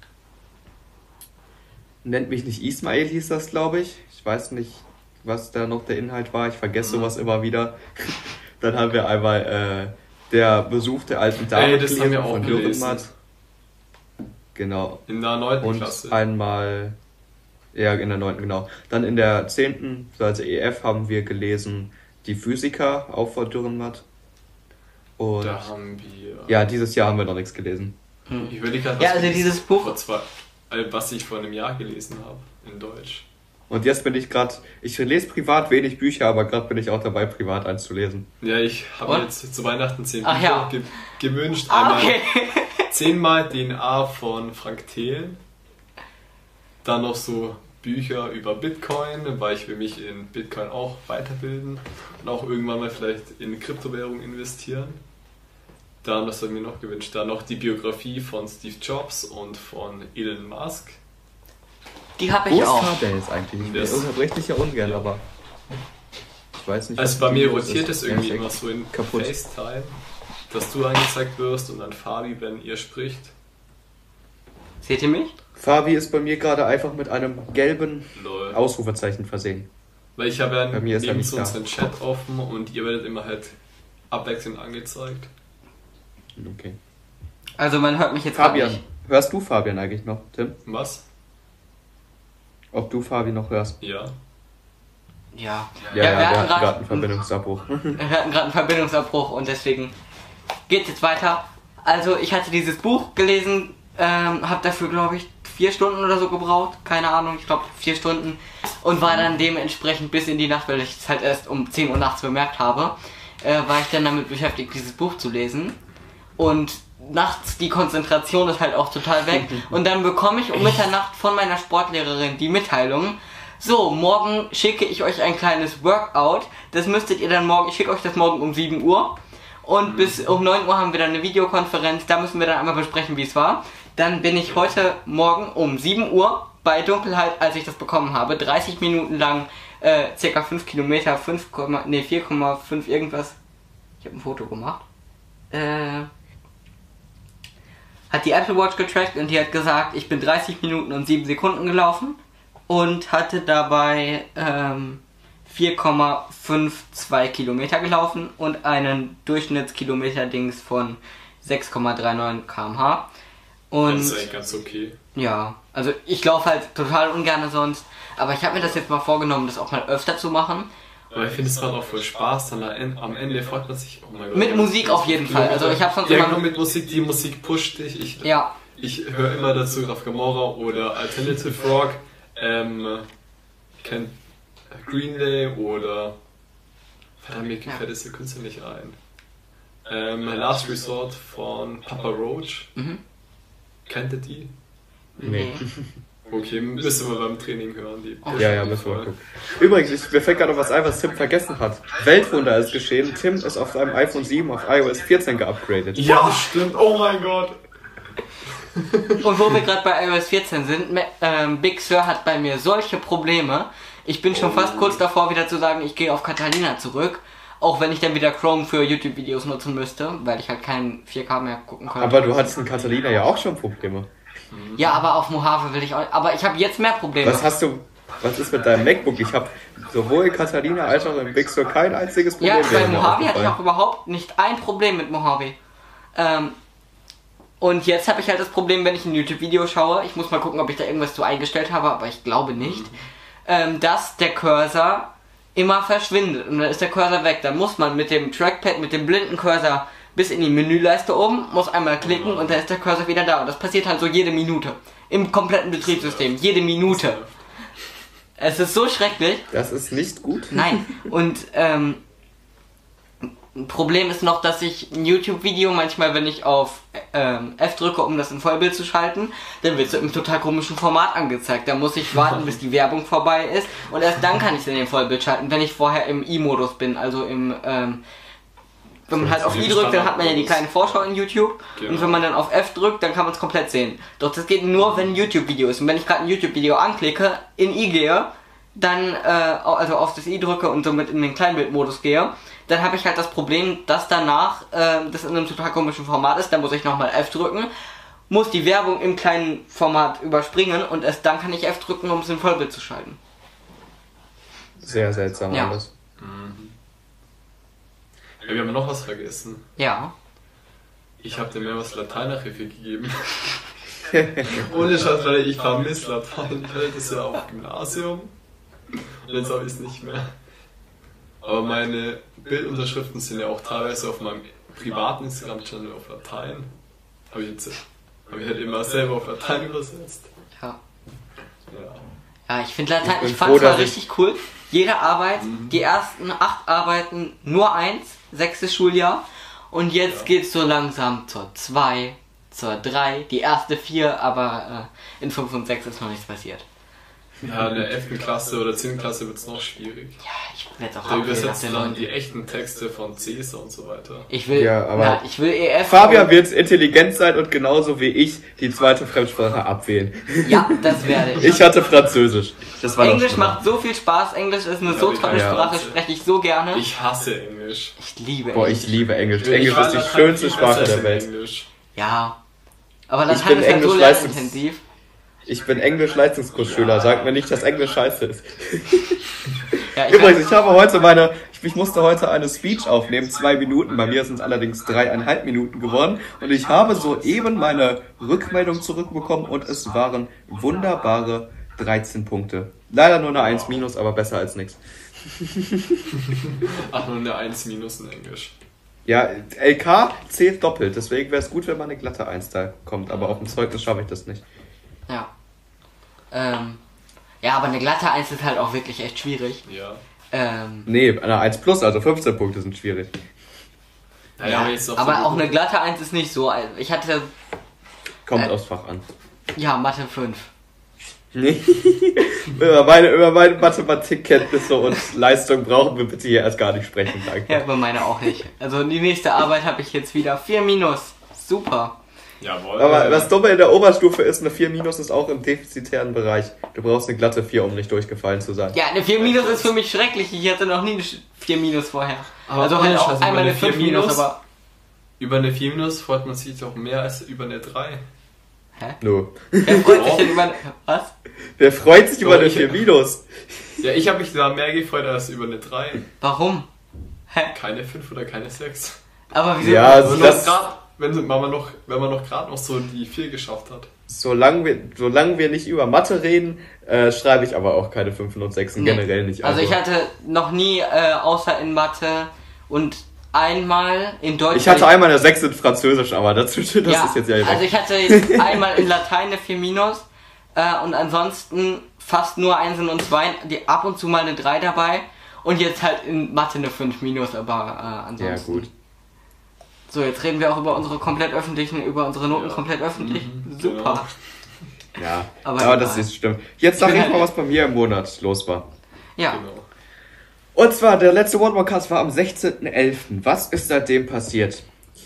nennt mich nicht Ismail hieß das, glaube ich. Ich weiß nicht, was da noch der Inhalt war. Ich vergesse Mhm. sowas immer wieder. Dann haben wir einmal äh, der Besuch der alten Dame Ey, das haben wir auch von gelesen. Dürrenmatt. Genau. In der neunten Und Klasse. einmal, ja, in der neunten, genau. Dann in der zehnten, also E F, haben wir gelesen Die Physiker, auch von Dürrenmatt. Und Da haben wir. ja, dieses Jahr haben wir noch nichts gelesen. Ich überlege gerade, was, Ja, also wir dieses Buch- vor zwei, äh, was ich vor einem Jahr gelesen habe in Deutsch. Und jetzt bin ich gerade, ich lese privat wenig Bücher, aber gerade bin ich auch dabei, privat eins zu lesen. Ja, ich habe Und? mir jetzt zu Weihnachten zehn Ach Bücher ja. ge gewünscht. Ah, Einmal okay. zehnmal D N A von Frank Thelen. Dann noch so Bücher über Bitcoin, weil ich will mich in Bitcoin auch weiterbilden und auch irgendwann mal vielleicht in Kryptowährungen investieren. Dann, was habe ich mir noch gewünscht? Dann noch die Biografie von Steve Jobs und von Elon Musk. Die habe Wo ich ist auch. Fabian jetzt eigentlich? Ich Das- unterbreche dich ja ungern, Ja. aber ich weiß nicht. Also was bei mit mir ihm los rotiert ist. es irgendwie Er ist immer echt so in kaputt. FaceTime, dass du angezeigt wirst und dann Fabi, wenn ihr spricht. Seht ihr mich? Fabi ist bei mir gerade einfach mit einem gelben Lol. Ausrufezeichen versehen. Weil ich habe ja Bei mir ist er neben nicht so da. unseren Chat offen und ihr werdet immer halt abwechselnd angezeigt. Okay. Also man hört mich jetzt grad Fabian, nicht. hörst du Fabian eigentlich noch, Tim? Was? Ob du Fabi noch hörst? Ja. Ja. Ja, wir ja, wir hatten hatten grad- gerade einen Verbindungsabbruch. Wir hatten gerade einen Verbindungsabbruch und deswegen geht's jetzt weiter. Also ich hatte dieses Buch gelesen Ähm, hab dafür, glaube ich, vier Stunden oder so gebraucht. Keine Ahnung, ich glaube vier Stunden. Und war dann dementsprechend bis in die Nacht, weil ich es halt erst um zehn Uhr nachts bemerkt habe, äh, war ich dann damit beschäftigt, dieses Buch zu lesen. Und nachts die Konzentration ist halt auch total weg. Und dann bekomme ich um Mitternacht von meiner Sportlehrerin die Mitteilung: So, morgen schicke ich euch ein kleines Workout. Das müsstet ihr dann morgen, ich schicke euch das morgen um sieben Uhr. Und bis um neun Uhr haben wir dann eine Videokonferenz. Da müssen wir dann einmal besprechen, wie es war. Dann bin ich heute Morgen um sieben Uhr bei Dunkelheit, als ich das bekommen habe, dreißig Minuten lang, äh, circa fünf Kilometer, fünf, nee, vier Komma fünf irgendwas. Ich habe ein Foto gemacht. Äh, hat die Apple Watch getrackt und die hat gesagt, ich bin dreißig Minuten und sieben Sekunden gelaufen und hatte dabei ähm, vier Komma zweiundfünfzig Kilometer gelaufen und einen Durchschnittskilometer-Dings von sechs Komma neununddreißig Kilometer pro Stunde. Und das ist eigentlich ganz okay. Ja, also ich laufe halt total ungern sonst, aber ich habe mir das jetzt mal vorgenommen, das auch mal öfter zu machen. Aber ich finde, es macht auch voll Spaß, dann am Ende freut man sich, oh mein Gott. Mit Musik auf jeden Fall, also ich habe sonst ja, immer... genau, mit Musik, die Musik pusht dich. Ich, ja. Ich höre immer dazu Graf Gamora oder Alternative Rock, ähm, kennt Green Day oder... Verdammt, mir gefällt es der Künstler nicht ein. Ähm, Last Resort von Papa Roach. Mhm. Kennt ihr die? Nee. Okay, müssen wir beim Training hören. Die oh, ja, ja, müssen wir gucken. Übrigens, ich, mir fällt gerade noch was ein, was Tim vergessen hat. Weltwunder ist geschehen. Tim ist auf seinem iPhone sieben auf i O S vierzehn geupgradet. Ja, stimmt. Oh mein Gott. Und wo wir gerade bei i O S vierzehn sind, ähm, Big Sur hat bei mir solche Probleme. Ich bin schon oh. fast kurz davor, wieder zu sagen, ich gehe auf Catalina zurück. Auch wenn ich dann wieder Chrome für YouTube-Videos nutzen müsste, weil ich halt kein vier K mehr gucken konnte. Aber du hattest in Catalina ja auch schon Probleme. Ja, aber auf Mojave will ich auch. Aber ich habe jetzt mehr Probleme. Was hast du? Was ist mit deinem MacBook? Ich habe sowohl in Catalina als auch in Big Sur kein einziges Problem. Ja, bei Mojave hatte ich auch überhaupt nicht ein Problem mit Mojave. Ähm, und jetzt habe ich halt das Problem, wenn ich ein YouTube-Video schaue, ich muss mal gucken, ob ich da irgendwas zu eingestellt habe, aber ich glaube nicht, ähm, dass der Cursor immer verschwindet und dann ist der Cursor weg. Dann muss man mit dem Trackpad, mit dem blinden Cursor bis in die Menüleiste oben, muss einmal klicken und dann ist der Cursor wieder da. Und das passiert halt so jede Minute. Im kompletten Betriebssystem. Jede Minute. Es ist so schrecklich. Das ist nicht gut. Nein. Und ähm, ein Problem ist noch, dass ich ein YouTube-Video manchmal, wenn ich auf ähm, F drücke, um das in Vollbild zu schalten, dann wird es im total komischen Format angezeigt. Da muss ich warten, bis die Werbung vorbei ist und erst dann kann ich es in den Vollbild schalten, wenn ich vorher im I-Modus bin, also im ähm, wenn man halt auf I drückt, dann hat man ja die kleine Vorschau in YouTube genau. Und wenn man dann auf F drückt, dann kann man es komplett sehen. Doch das geht nur, wenn ein YouTube-Video ist. Und wenn ich gerade ein YouTube-Video anklicke, in I gehe, dann äh, also auf das I drücke und somit in den Kleinbildmodus gehe, dann habe ich halt das Problem, dass danach äh, das in einem total komischen Format ist. Dann muss ich nochmal F drücken, muss die Werbung im kleinen Format überspringen und erst dann kann ich F drücken, um es in Vollbild zu schalten. Sehr seltsam ja. alles. Mhm. Ja, wir haben noch was vergessen. Ja. Ich habe dir mehr was Lateinnachhilfe gegeben. Ohne Scheiß, weil ich vermisse Latein. Ich hatte das ja auf Gymnasium. Und jetzt habe ich es nicht mehr. Aber meine Bildunterschriften sind ja auch teilweise auf meinem privaten Instagram-Channel auf Latein. Habe ich jetzt habe ich halt immer selber auf Latein übersetzt. Ja. Ja, ja ich finde Latein, ich, ich fand es richtig cool. Jede Arbeit, mhm. die ersten acht Arbeiten nur eins, sechstes Schuljahr. Und jetzt ja. geht's so langsam zur zwei, zur drei, die erste vier, aber äh, in fünf und sechs ist noch nichts passiert. Ja, in der elften Klasse oder zehnten Klasse wird es noch schwierig. Ja, ich will jetzt auch da übersetzen dann die echten Texte von Caesar und so weiter. Ich will, ja, aber na, ich will E F. Fabian wird intelligent sein und genauso wie ich die zweite Fremdsprache abwählen. Ja, das werde ich. Ich hatte Französisch. Das war Englisch macht so viel Spaß. Englisch ist eine ja, so tolle ja. Sprache, spreche ich so gerne. Ich hasse Englisch. Ich liebe Englisch. Boah, ich liebe Englisch. Englisch ist die schönste Sprache der Welt. Englisch. Ja, aber Latein ist halt so lernintensiv. Ich bin Englisch-Leistungskursschüler, ja. Sag mir nicht, dass Englisch scheiße ist. Ja, ich Übrigens, ich habe heute meine, ich musste heute eine Speech aufnehmen, zwei Minuten, bei mir sind es allerdings dreieinhalb Minuten geworden und ich habe soeben meine Rückmeldung zurückbekommen und es waren wunderbare dreizehn Punkte. Leider nur eine eins minus, aber besser als nichts. Ach, nur eine eins minus in Englisch. Ja, L K zählt doppelt, deswegen wäre es gut, wenn man eine glatte eins da kommt, aber auf dem Zeugnis schaffe ich das nicht. Ja. Ähm, ja, aber eine glatte eins ist halt auch wirklich echt schwierig. Ja. Ähm, Nee, eine eins plus, also fünfzehn Punkte sind schwierig. Naja, ja, aber jetzt noch aber so auch eine glatte eins ist nicht so. Ich hatte, Kommt Äh. aufs Fach an. ja, Mathe fünf. Nee. über, meine, über meine Mathematikkenntnisse und Leistung brauchen wir bitte hier erst gar nicht sprechen, danke. Ja, über meine auch nicht. Also die nächste Arbeit habe ich jetzt wieder vier minus. Super. Jawohl. Aber das Dumme in der Oberstufe ist, eine vier minus ist auch im defizitären Bereich. Du brauchst eine glatte vier, um nicht durchgefallen zu sein. Ja, eine vier minus ist für mich schrecklich. Ich hatte noch nie eine vier minus vorher. Aber also halt ohne auch Scheiß, einmal über eine eine vier fünf minus, minus? aber... Über eine vier minus freut man sich doch mehr als über eine drei. Hä? No. Wer freut sich denn über... Was? Wer freut sich über Doch, eine ich- vier minus? Ja, ich habe mich da mehr gefreut als über eine drei. Warum? Hä? Keine fünf oder keine sechs. Aber wieso? Ja, also Also das- noch grad, wenn, wenn man noch, wenn man noch gerade noch so die vier geschafft hat. Solange wir, solange wir nicht über Mathe reden, äh, schreibe ich aber auch keine fünfen und sechsen, Nee. generell nicht. Also ich hatte noch nie, äh, außer in Mathe und einmal in Deutsch... Ich hatte einmal eine sechs in Französisch, aber dazu, das ja, ist jetzt ja also weg. ich hatte jetzt einmal in Latein eine vier minus äh, und ansonsten fast nur Einsen und Zweien, die ab und zu mal eine drei dabei und jetzt halt in Mathe eine fünf minus, aber äh, ansonsten... Ja, gut. So, jetzt reden wir auch über unsere komplett öffentlichen, über unsere Noten Ja. komplett öffentlich. Mhm, Super. Ja, Aber aber, egal. das ist stimmt. Jetzt sag Ich ich bin mal, halt- was bei mir im Monat los war. Ja. Genau. Und zwar, der letzte One More Cast war am sechzehnten elften Was ist seitdem passiert?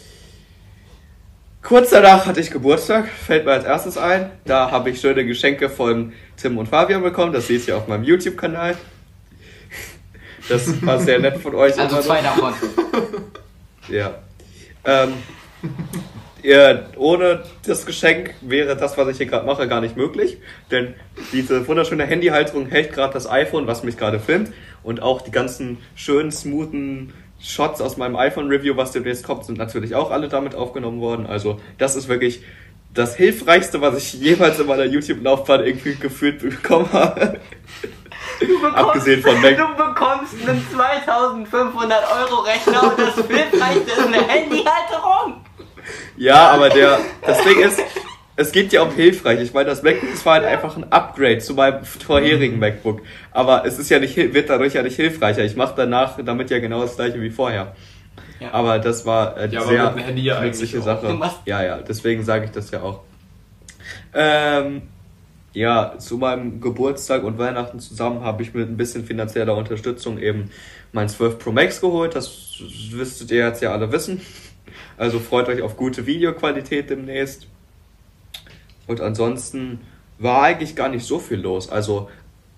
Kurz danach hatte ich Geburtstag, fällt mir als erstes ein. Da habe ich schöne Geschenke von Tim und Fabian bekommen. Das seht ihr auf meinem YouTube-Kanal. Das war sehr nett von euch. Also immer zwei noch. davon. Ja. Ähm, ja, ohne das Geschenk wäre das, was ich hier gerade mache, gar nicht möglich. Denn diese wunderschöne Handyhalterung hält gerade das iPhone, was mich gerade filmt. Und auch die ganzen schönen, smoothen Shots aus meinem iPhone-Review, was demnächst kommt, sind natürlich auch alle damit aufgenommen worden. Also das ist wirklich das Hilfreichste, was ich jemals in meiner YouTube-Laufbahn irgendwie gefühlt bekommen habe. Du bekommst, Abgesehen von Mac. du bekommst einen zweitausendfünfhundert Euro Rechner und das Hilfreichste ist eine Handyhalterung. Ja, aber der, das Ding ist, es geht ja um hilfreich. Ich meine, das MacBook ist halt einfach ein Upgrade zu meinem vorherigen MacBook. Aber es ist ja nicht, wird dadurch ja nicht hilfreicher. Ich mache danach damit ja genau das gleiche wie vorher. Ja. Aber das war äh, Ja, aber sehr mit dem Handy ja nützliche eigentlich auch. Sache. Du machst- Ja, ja, deswegen sage ich das ja auch. Ähm, ja, zu meinem Geburtstag und Weihnachten zusammen habe ich mit ein bisschen finanzieller Unterstützung eben mein zwölf Pro Max geholt. Das wüsstet ihr jetzt ja alle wissen. Also freut euch auf gute Videoqualität demnächst. Und ansonsten war eigentlich gar nicht so viel los. Also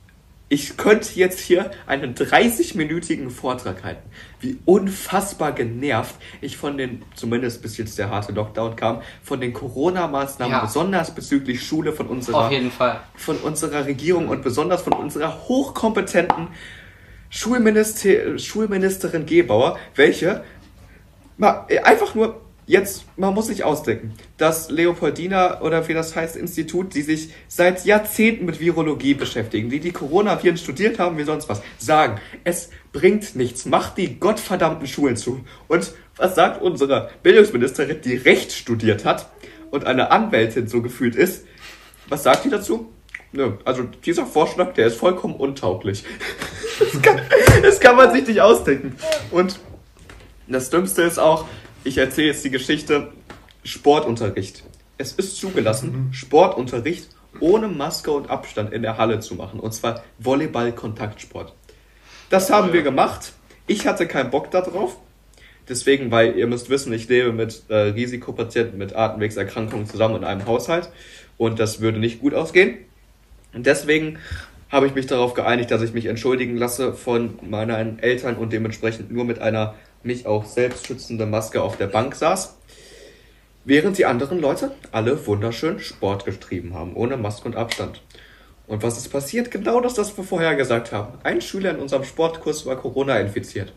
ich könnte jetzt hier einen dreißig-minütigen Vortrag halten, wie unfassbar genervt ich von den, zumindest bis jetzt der harte Lockdown kam, von den Corona-Maßnahmen, Ja. besonders bezüglich Schule von unserer, Auf jeden Fall. von unserer Regierung und besonders von unserer hochkompetenten Schulminister, Schulministerin Gebauer, welche mal, äh, einfach nur jetzt, man muss sich ausdenken, das Leopoldina oder wie das heißt, Institut, die sich seit Jahrzehnten mit Virologie beschäftigen, die die Coronaviren studiert haben wie sonst was, sagen, es bringt nichts, macht die gottverdammten Schulen zu. Und was sagt unsere Bildungsministerin, die Recht studiert hat und eine Anwältin so gefühlt ist, was sagt die dazu? Nö, also dieser Vorschlag, der ist vollkommen untauglich. Das kann, das kann man sich nicht ausdenken. Und das Dümmste ist auch, ich erzähle jetzt die Geschichte, Sportunterricht. Es ist zugelassen, Sportunterricht ohne Maske und Abstand in der Halle zu machen. Und zwar Volleyball-Kontaktsport. Das haben wir gemacht. Ich hatte keinen Bock darauf. Deswegen, weil ihr müsst wissen, ich lebe mit äh, Risikopatienten mit Atemwegserkrankungen zusammen in einem Haushalt. Und das würde nicht gut ausgehen. Und deswegen habe ich mich darauf geeinigt, dass ich mich entschuldigen lasse von meinen Eltern und dementsprechend nur mit einer mich auch selbst schützende Maske auf der Bank saß, während die anderen Leute alle wunderschön Sport getrieben haben, ohne Maske und Abstand. Und was ist passiert? Genau das, was wir vorher gesagt haben. Ein Schüler in unserem Sportkurs war Corona infiziert.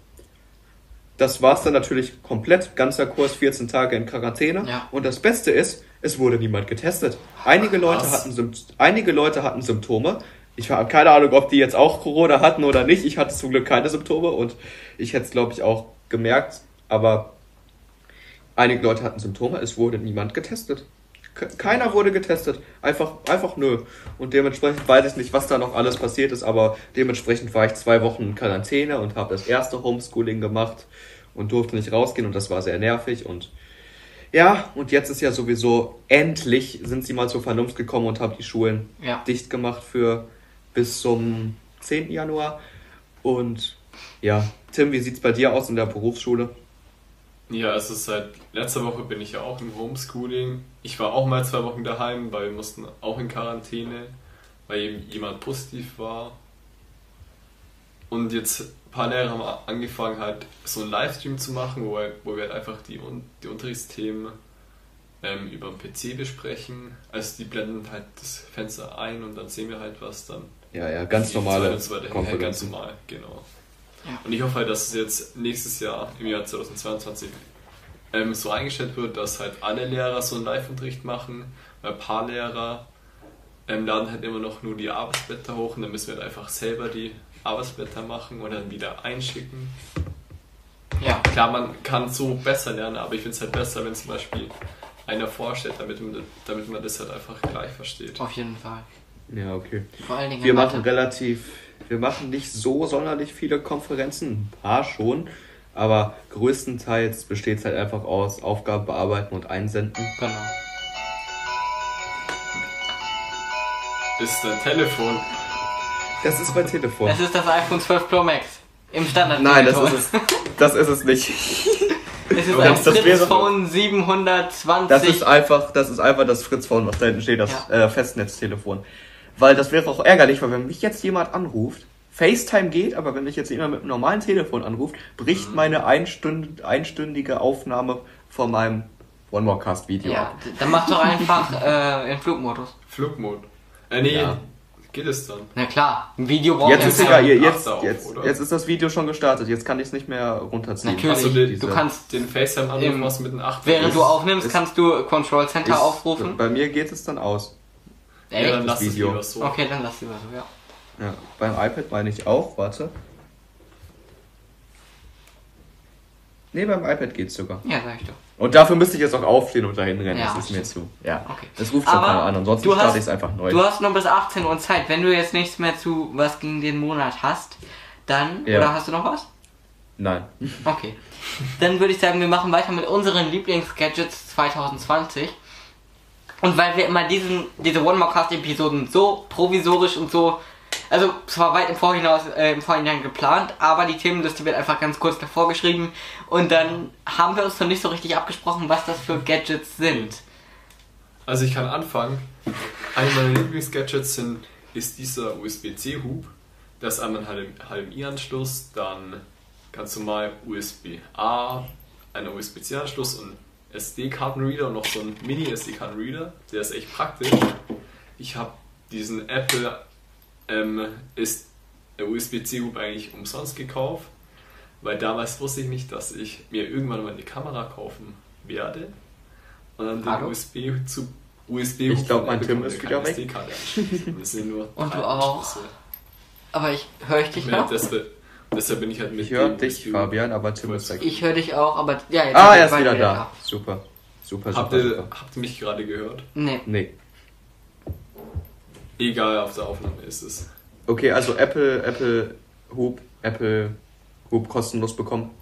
Das war's dann natürlich komplett, ganzer Kurs, vierzehn Tage in Quarantäne. Ja. Und das Beste ist, es wurde niemand getestet. Einige Leute Was? hatten, Sympt- einige Leute hatten Symptome. Ich habe keine Ahnung, ob die jetzt auch Corona hatten oder nicht. Ich hatte zum Glück keine Symptome und ich hätte es, glaube ich, auch gemerkt. Aber einige Leute hatten Symptome, es wurde niemand getestet. Keiner wurde getestet. Einfach, einfach nö. Und dementsprechend weiß ich nicht, was da noch alles passiert ist, aber dementsprechend war ich zwei Wochen in Quarantäne und habe das erste Homeschooling gemacht und durfte nicht rausgehen und das war sehr nervig und ja, und jetzt ist ja sowieso, endlich sind sie mal zur Vernunft gekommen und haben die Schulen Ja. dicht gemacht für bis zum zehnten Januar. Und ja, Tim, wie sieht's bei dir aus in der Berufsschule? Ja, also seit letzter Woche bin ich ja auch im Homeschooling. Ich war auch mal zwei Wochen daheim, weil wir mussten auch in Quarantäne, weil eben jemand positiv war. Und jetzt ein paar Lehrer haben angefangen halt so einen Livestream zu machen, wo wir, wo wir halt einfach die, die Unterrichtsthemen ähm, über den P C besprechen. Also die blenden halt das Fenster ein und dann sehen wir halt was dann. Ja, ja, ganz Die normale und so weiter. Ja, ganz Konferenzen. normal, genau. Ja. Und ich hoffe halt, dass es jetzt nächstes Jahr, im Jahr zweitausendzweiundzwanzig, ähm, so eingestellt wird, dass halt alle Lehrer so einen Live-Unterricht machen, weil ein paar Lehrer ähm, laden halt immer noch nur die Arbeitsblätter hoch und dann müssen wir halt einfach selber die Arbeitsblätter machen und dann wieder einschicken. Ja. Klar, man kann so besser lernen, aber ich finde es halt besser, wenn zum Beispiel einer vorstellt, damit man, damit man das halt einfach gleich versteht. Auf jeden Fall. Ja, okay. Vor allen Dingen Wir in machen Mathe. relativ, wir machen nicht so sonderlich viele Konferenzen, ein paar schon, aber größtenteils besteht es halt einfach aus Aufgaben bearbeiten und einsenden. Genau. Ist dein Telefon? Das ist mein Telefon. Es ist das iPhone zwölf Pro Max. Im Standard. Nein, das ist es. Das ist es nicht. Es ist Aber ein das- das wäre- Fritz Phone siebenhundertzwanzig. Das ist einfach, das ist einfach das Fritz-Phone, was da hinten steht, das Ja. äh, Festnetztelefon. Weil das wäre auch ärgerlich, weil wenn mich jetzt jemand anruft, FaceTime geht, aber wenn mich jetzt jemand mit einem normalen Telefon anruft, bricht meine einstünd, einstündige Aufnahme von meinem One More Cast Video Ja, ab. d- dann mach doch einfach äh, in Flugmodus. Flugmode. Äh, nee, Ja. geht es dann? Na klar, ein Video braucht Jetzt ja ist kein- egal, ihr- jetzt, Achter auf, jetzt, oder? jetzt ist das Video schon gestartet, jetzt kann ich es nicht mehr runterziehen. Natürlich, Achso, die- du kannst, Den FaceTime-Anruf Im- machst du mit einem acht. während ist- du aufnimmst, ist- kannst du Control Center Ist- aufrufen. Bei mir geht es dann aus. Ja, Echt? dann lass es Video. lieber so. Okay, dann lass lieber so, ja. Ja, beim iPad meine ich auch, warte. Nee, beim iPad geht's sogar. Ja, sag ich doch. Und dafür müsste ich jetzt auch aufstehen und dahin rennen, Ja, das ist mir zu. Ja, Okay. das ruft schon Aber keiner an, ansonsten du starte hast- ich es einfach neu. Du hast noch bis achtzehn Uhr Zeit. Wenn du jetzt nichts mehr zu was gegen den Monat hast, dann, Ja. oder hast du noch was? Nein. Okay. Dann würde ich sagen, wir machen weiter mit unseren Lieblingsgadgets zwanzig zwanzig. Und weil wir immer diesen, diese One More Cast Episoden so provisorisch und so, also es war weit im Vorhinein, äh, im Vorhinein geplant, aber die Themenliste wird einfach ganz kurz davor geschrieben und dann haben wir uns noch nicht so richtig abgesprochen, was das für Gadgets sind. Also ich kann anfangen. Eine meiner Lieblingsgadgets sind, ist dieser U S B C-Hub. Das ist einmal ein H D M I-Anschluss, dann ganz normal U S B A, ein U S B C-Anschluss und S D-Kartenreader und noch so ein Mini-S D-Kartenreader. Der ist echt praktisch. Ich habe diesen Apple ähm, ist der U S B C-Hub eigentlich umsonst gekauft, weil damals wusste ich nicht, dass ich mir irgendwann mal eine Kamera kaufen werde und dann den Hallo? U S B zu U S B-Hub Ich glaub, von mein Apple Tim konnte ist keine wieder weg. S D-Karte anschließen. Das sind nur Und drei du auch. Anschlüsse. Aber ich höre ich dich Ja, noch? deshalb, deshalb bin ich halt mit Ich höre dem dich, U S B Fabian, aber Tim ist weg. Ich höre dich auch, aber ja, jetzt Ah, sind er ist wir wieder beide da. Super. Super, Habt super, ihr, super. habt ihr mich gerade gehört? Nee. Nee. Egal, auf der Aufnahme ist es. Okay, also Apple, Apple Hub, Apple Hub kostenlos bekommen.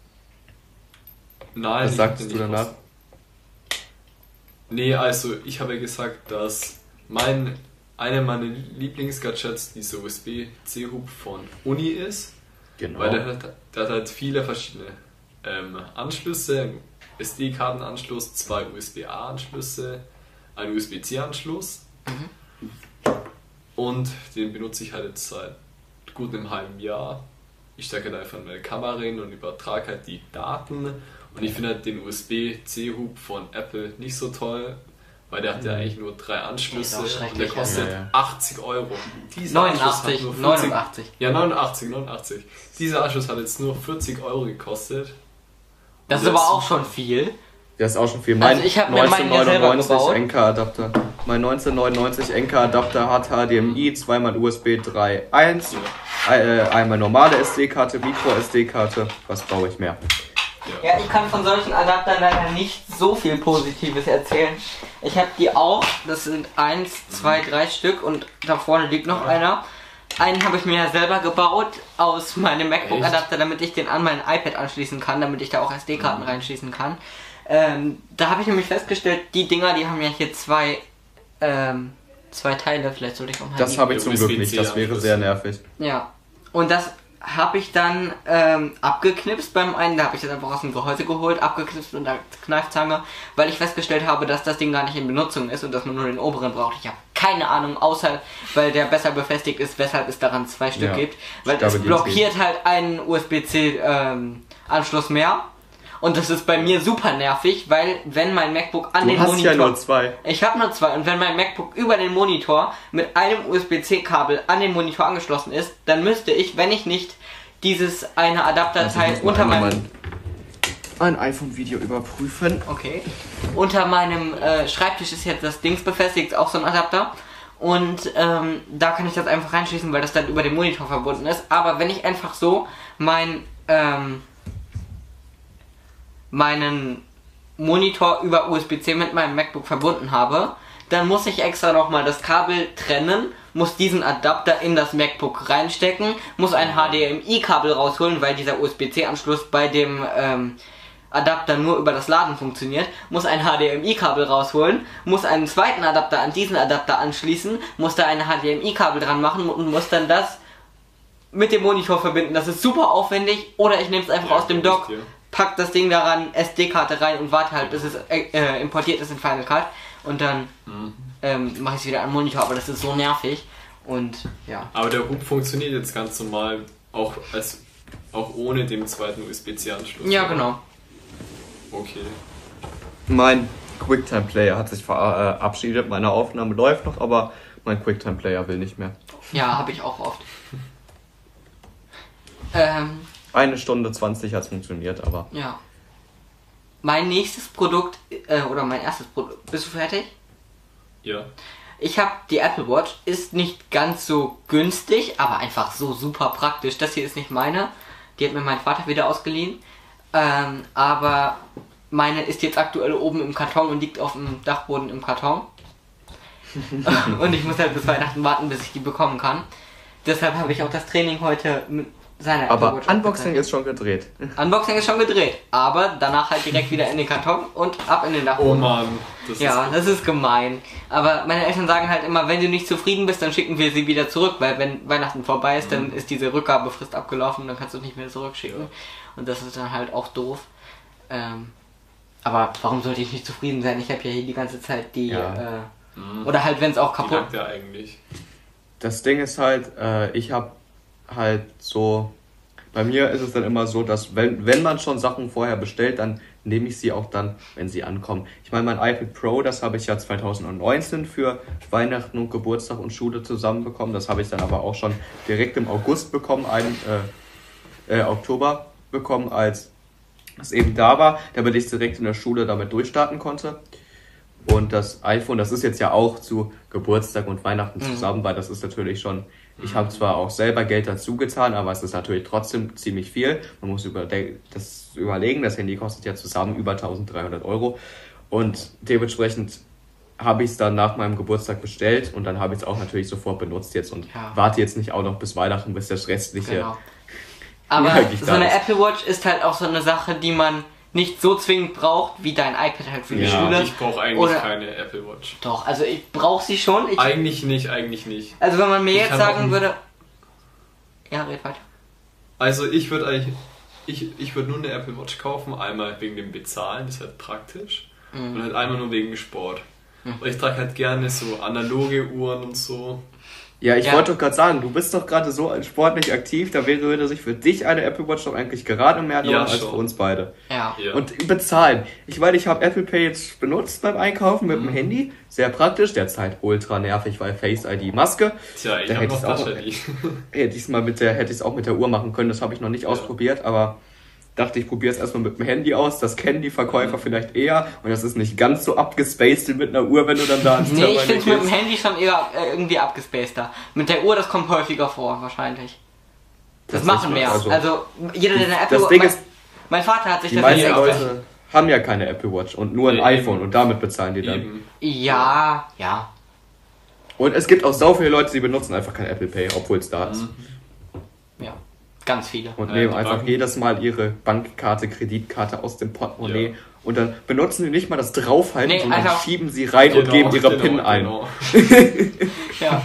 Nein, Was ich sagst hab den du nicht danach? kosten- Nee, also ich habe ja gesagt, dass mein einer meiner Lieblingsgadgets dieser U S B C-Hub von Uni ist, Genau. weil der hat, der hat halt viele verschiedene ähm, Anschlüsse, einen S D-Kartenanschluss, zwei U S B A-Anschlüsse, einen U S B C-Anschluss und den benutze ich halt jetzt seit gut einem halben Jahr. Ich stecke halt einfach meine Kamera rein und übertrage halt die Daten und ich finde halt den U S B C-Hub von Apple nicht so toll, weil der hat ja eigentlich nur drei Anschlüsse Der ist auch und der schrecklich, kostet ja, ja. achtzig Euro. Dieser Anschluss hat neunundachtzig, nur vierzig neunundachtzig. Ja, neunundachtzig, neunundachtzig. Dieser Anschluss hat jetzt nur vierzig Euro gekostet. Das Und ist der aber auch super. schon viel. Das ist auch schon viel. Mein Also ich hab mir meinen ja selber gebaut. N K-Adapter. Mein neunzehnhundertneunundneunzig N K-Adapter hat H D M I, zweimal U S B drei Punkt eins, Ja. äh, einmal normale S D-Karte, Micro-S D-Karte. Was brauche ich mehr? Ja, ich kann von solchen Adaptern leider nicht so viel Positives erzählen. Ich habe die auch, das sind eins, zwei, drei Stück und da vorne liegt noch einer. Einen habe ich mir ja selber gebaut aus meinem MacBook-Adapter, damit ich den an mein iPad anschließen kann, damit ich da auch S D-Karten mhm. reinschließen kann. Ähm, da habe ich nämlich festgestellt, die Dinger, die haben ja hier zwei, ähm, zwei Teile, vielleicht sollte ich auch mal. Das habe ich zum Glück nicht, das wäre sehr nervig. Ja, und das habe ich dann ähm, abgeknipst beim einen, da habe ich das einfach aus dem Gehäuse geholt, abgeknipst mit einer Kneifzange, weil ich festgestellt habe, dass das Ding gar nicht in Benutzung ist und dass man nur den oberen braucht. Ich habe keine Ahnung, außer weil der besser befestigt ist, weshalb es daran zwei Stück ja, gibt, weil es blockiert halt einen U S B C ähm, Anschluss mehr. Und das ist bei mir super nervig, weil wenn mein MacBook an du den hast Monitor... ja nur zwei. Ich habe nur zwei und wenn mein MacBook über den Monitor mit einem U S B C Kabel an den Monitor angeschlossen ist, dann müsste ich, wenn ich nicht dieses eine Adapterteil also unter meinem... ein iPhone-Video überprüfen. Okay. Unter meinem äh, Schreibtisch ist jetzt das Dings befestigt, auch so ein Adapter. Und ähm, da kann ich das einfach reinschließen, weil das dann über den Monitor verbunden ist. Aber wenn ich einfach so mein... Ähm, meinen Monitor über U S B C mit meinem MacBook verbunden habe, dann muss ich extra nochmal das Kabel trennen, muss diesen Adapter in das MacBook reinstecken, muss ein H D M I-Kabel rausholen, weil dieser U S B C-Anschluss bei dem ähm, Adapter nur über das Laden funktioniert, muss ein H D M I-Kabel rausholen, muss einen zweiten Adapter an diesen Adapter anschließen, muss da ein H D M I-Kabel dran machen und muss dann das mit dem Monitor verbinden. Das ist super aufwendig, oder ich nehme es einfach ja, aus dem Dock, pack das Ding daran, S D-Karte rein und warte halt, bis es äh, importiert ist in Final Cut und dann mhm. ähm, mache ich es wieder an den Monitor, aber das ist so nervig und ja. Aber der Hub funktioniert jetzt ganz normal, auch, als, auch ohne den zweiten U S B C-Anschluss. Ja, oder? Genau. Okay. Mein QuickTime-Player hat sich verabschiedet, meine Aufnahme läuft noch, aber mein QuickTime-Player will nicht mehr. Ja, habe ich auch oft. ähm... Eine Stunde zwanzig hat es funktioniert, aber... Ja. Mein nächstes Produkt, äh, oder mein erstes Produkt... Bist du fertig? Ja. Ich habe die Apple Watch, ist nicht ganz so günstig, aber einfach so super praktisch. Das hier ist nicht meine, die hat mir mein Vater wieder ausgeliehen. Ähm, aber meine ist jetzt aktuell oben im Karton und liegt auf dem Dachboden im Karton. Und ich muss halt bis Weihnachten warten, bis ich die bekommen kann. Deshalb habe ich auch das Training heute mit seiner Aber Unboxing ist schon gedreht. Unboxing ist schon gedreht, aber danach halt direkt wieder in den Karton und ab in den Dachboden. Oh Mann, das ja, ist das ist gemein. Aber meine Eltern sagen halt immer, wenn du nicht zufrieden bist, dann schicken wir sie wieder zurück, weil wenn Weihnachten vorbei ist, mhm. dann ist diese Rückgabefrist abgelaufen und dann kannst du es nicht mehr zurückschicken. Ja. Und das ist dann halt auch doof. Ähm, aber warum sollte ich nicht zufrieden sein? Ich habe ja hier die ganze Zeit die... Ja. Äh, mhm. Oder halt, wenn es auch kaputt... Ja eigentlich. Das Ding ist halt, äh, ich habe halt so, bei mir ist es dann immer so, dass wenn, wenn man schon Sachen vorher bestellt, dann nehme ich sie auch dann, wenn sie ankommen. Ich meine, mein iPad Pro, das habe ich ja zwanzig neunzehn für Weihnachten und Geburtstag und Schule zusammenbekommen. Das habe ich dann aber auch schon direkt im August bekommen, einen äh, äh, Oktober bekommen, als es eben da war, damit ich direkt in der Schule damit durchstarten konnte. Und das iPhone, das ist jetzt ja auch zu Geburtstag und Weihnachten zusammen, mhm. weil das ist natürlich schon, ich habe zwar auch selber Geld dazu getan, aber es ist natürlich trotzdem ziemlich viel. Man muss über das überlegen, das Handy kostet ja zusammen über eintausenddreihundert Euro. Und dementsprechend habe ich es dann nach meinem Geburtstag bestellt und dann habe ich es auch natürlich sofort benutzt jetzt und ja. warte jetzt nicht auch noch bis Weihnachten, bis das restliche... Genau. Aber so eine Apple Watch ist halt auch so eine Sache, die man nicht so zwingend braucht, wie dein iPad halt für die ja, Schule. Ich brauche eigentlich Oder keine Apple Watch. Doch, also ich brauche sie schon. Ich eigentlich nicht, eigentlich nicht. Also wenn man mir ich jetzt sagen würde... Ja, red weiter. Also ich würde eigentlich... Ich, ich würde nur eine Apple Watch kaufen, einmal wegen dem Bezahlen, das ist halt praktisch. Mhm. Und halt einmal nur wegen Sport. Mhm. Weil ich trage halt gerne so analoge Uhren und so. Ja, ich ja. wollte doch gerade sagen, du bist doch gerade so sportlich aktiv, da wäre würde sich für dich eine Apple Watch doch eigentlich gerade mehr lohnen ja, als für uns beide. Ja. ja. Und bezahlen. Ich meine, ich habe Apple Pay jetzt benutzt beim Einkaufen mit mhm. dem Handy. Sehr praktisch, derzeit ultra nervig, weil Face I D Maske. Tja, ich da habe noch Touch I D. Hätte ich es mal mit der, hätte ich es auch mit der Uhr machen können, das habe ich noch nicht ja. ausprobiert, aber dachte ich, probiere es erstmal mit dem Handy aus, das kennen die Verkäufer mhm. vielleicht eher und das ist nicht ganz so abgespaced wie mit einer Uhr, wenn du dann da ans Nee, ich finde mit dem Handy schon eher äh, irgendwie abgespaceder. Mit der Uhr, das kommt häufiger vor, wahrscheinlich. Das, das machen mehr. Also, also jeder, der eine Apple das Ding ist, Mein Vater hat sich Die das meisten extra- Leute haben ja keine Apple Watch und nur ein Nee, iPhone eben. und damit bezahlen die dann. Eben. Ja, ja. Und es gibt auch so viele Leute, die benutzen einfach kein Apple Pay, obwohl es da ist. Mhm. Ja. Ganz viele. Und Ja, nehmen die einfach Banken- jedes Mal ihre Bankkarte, Kreditkarte aus dem Portemonnaie Ja. und dann benutzen die nicht mal das Draufhalten, Nee, sondern einfach- schieben sie rein und Genau, geben ihre genau, PIN ein. genau. Ja.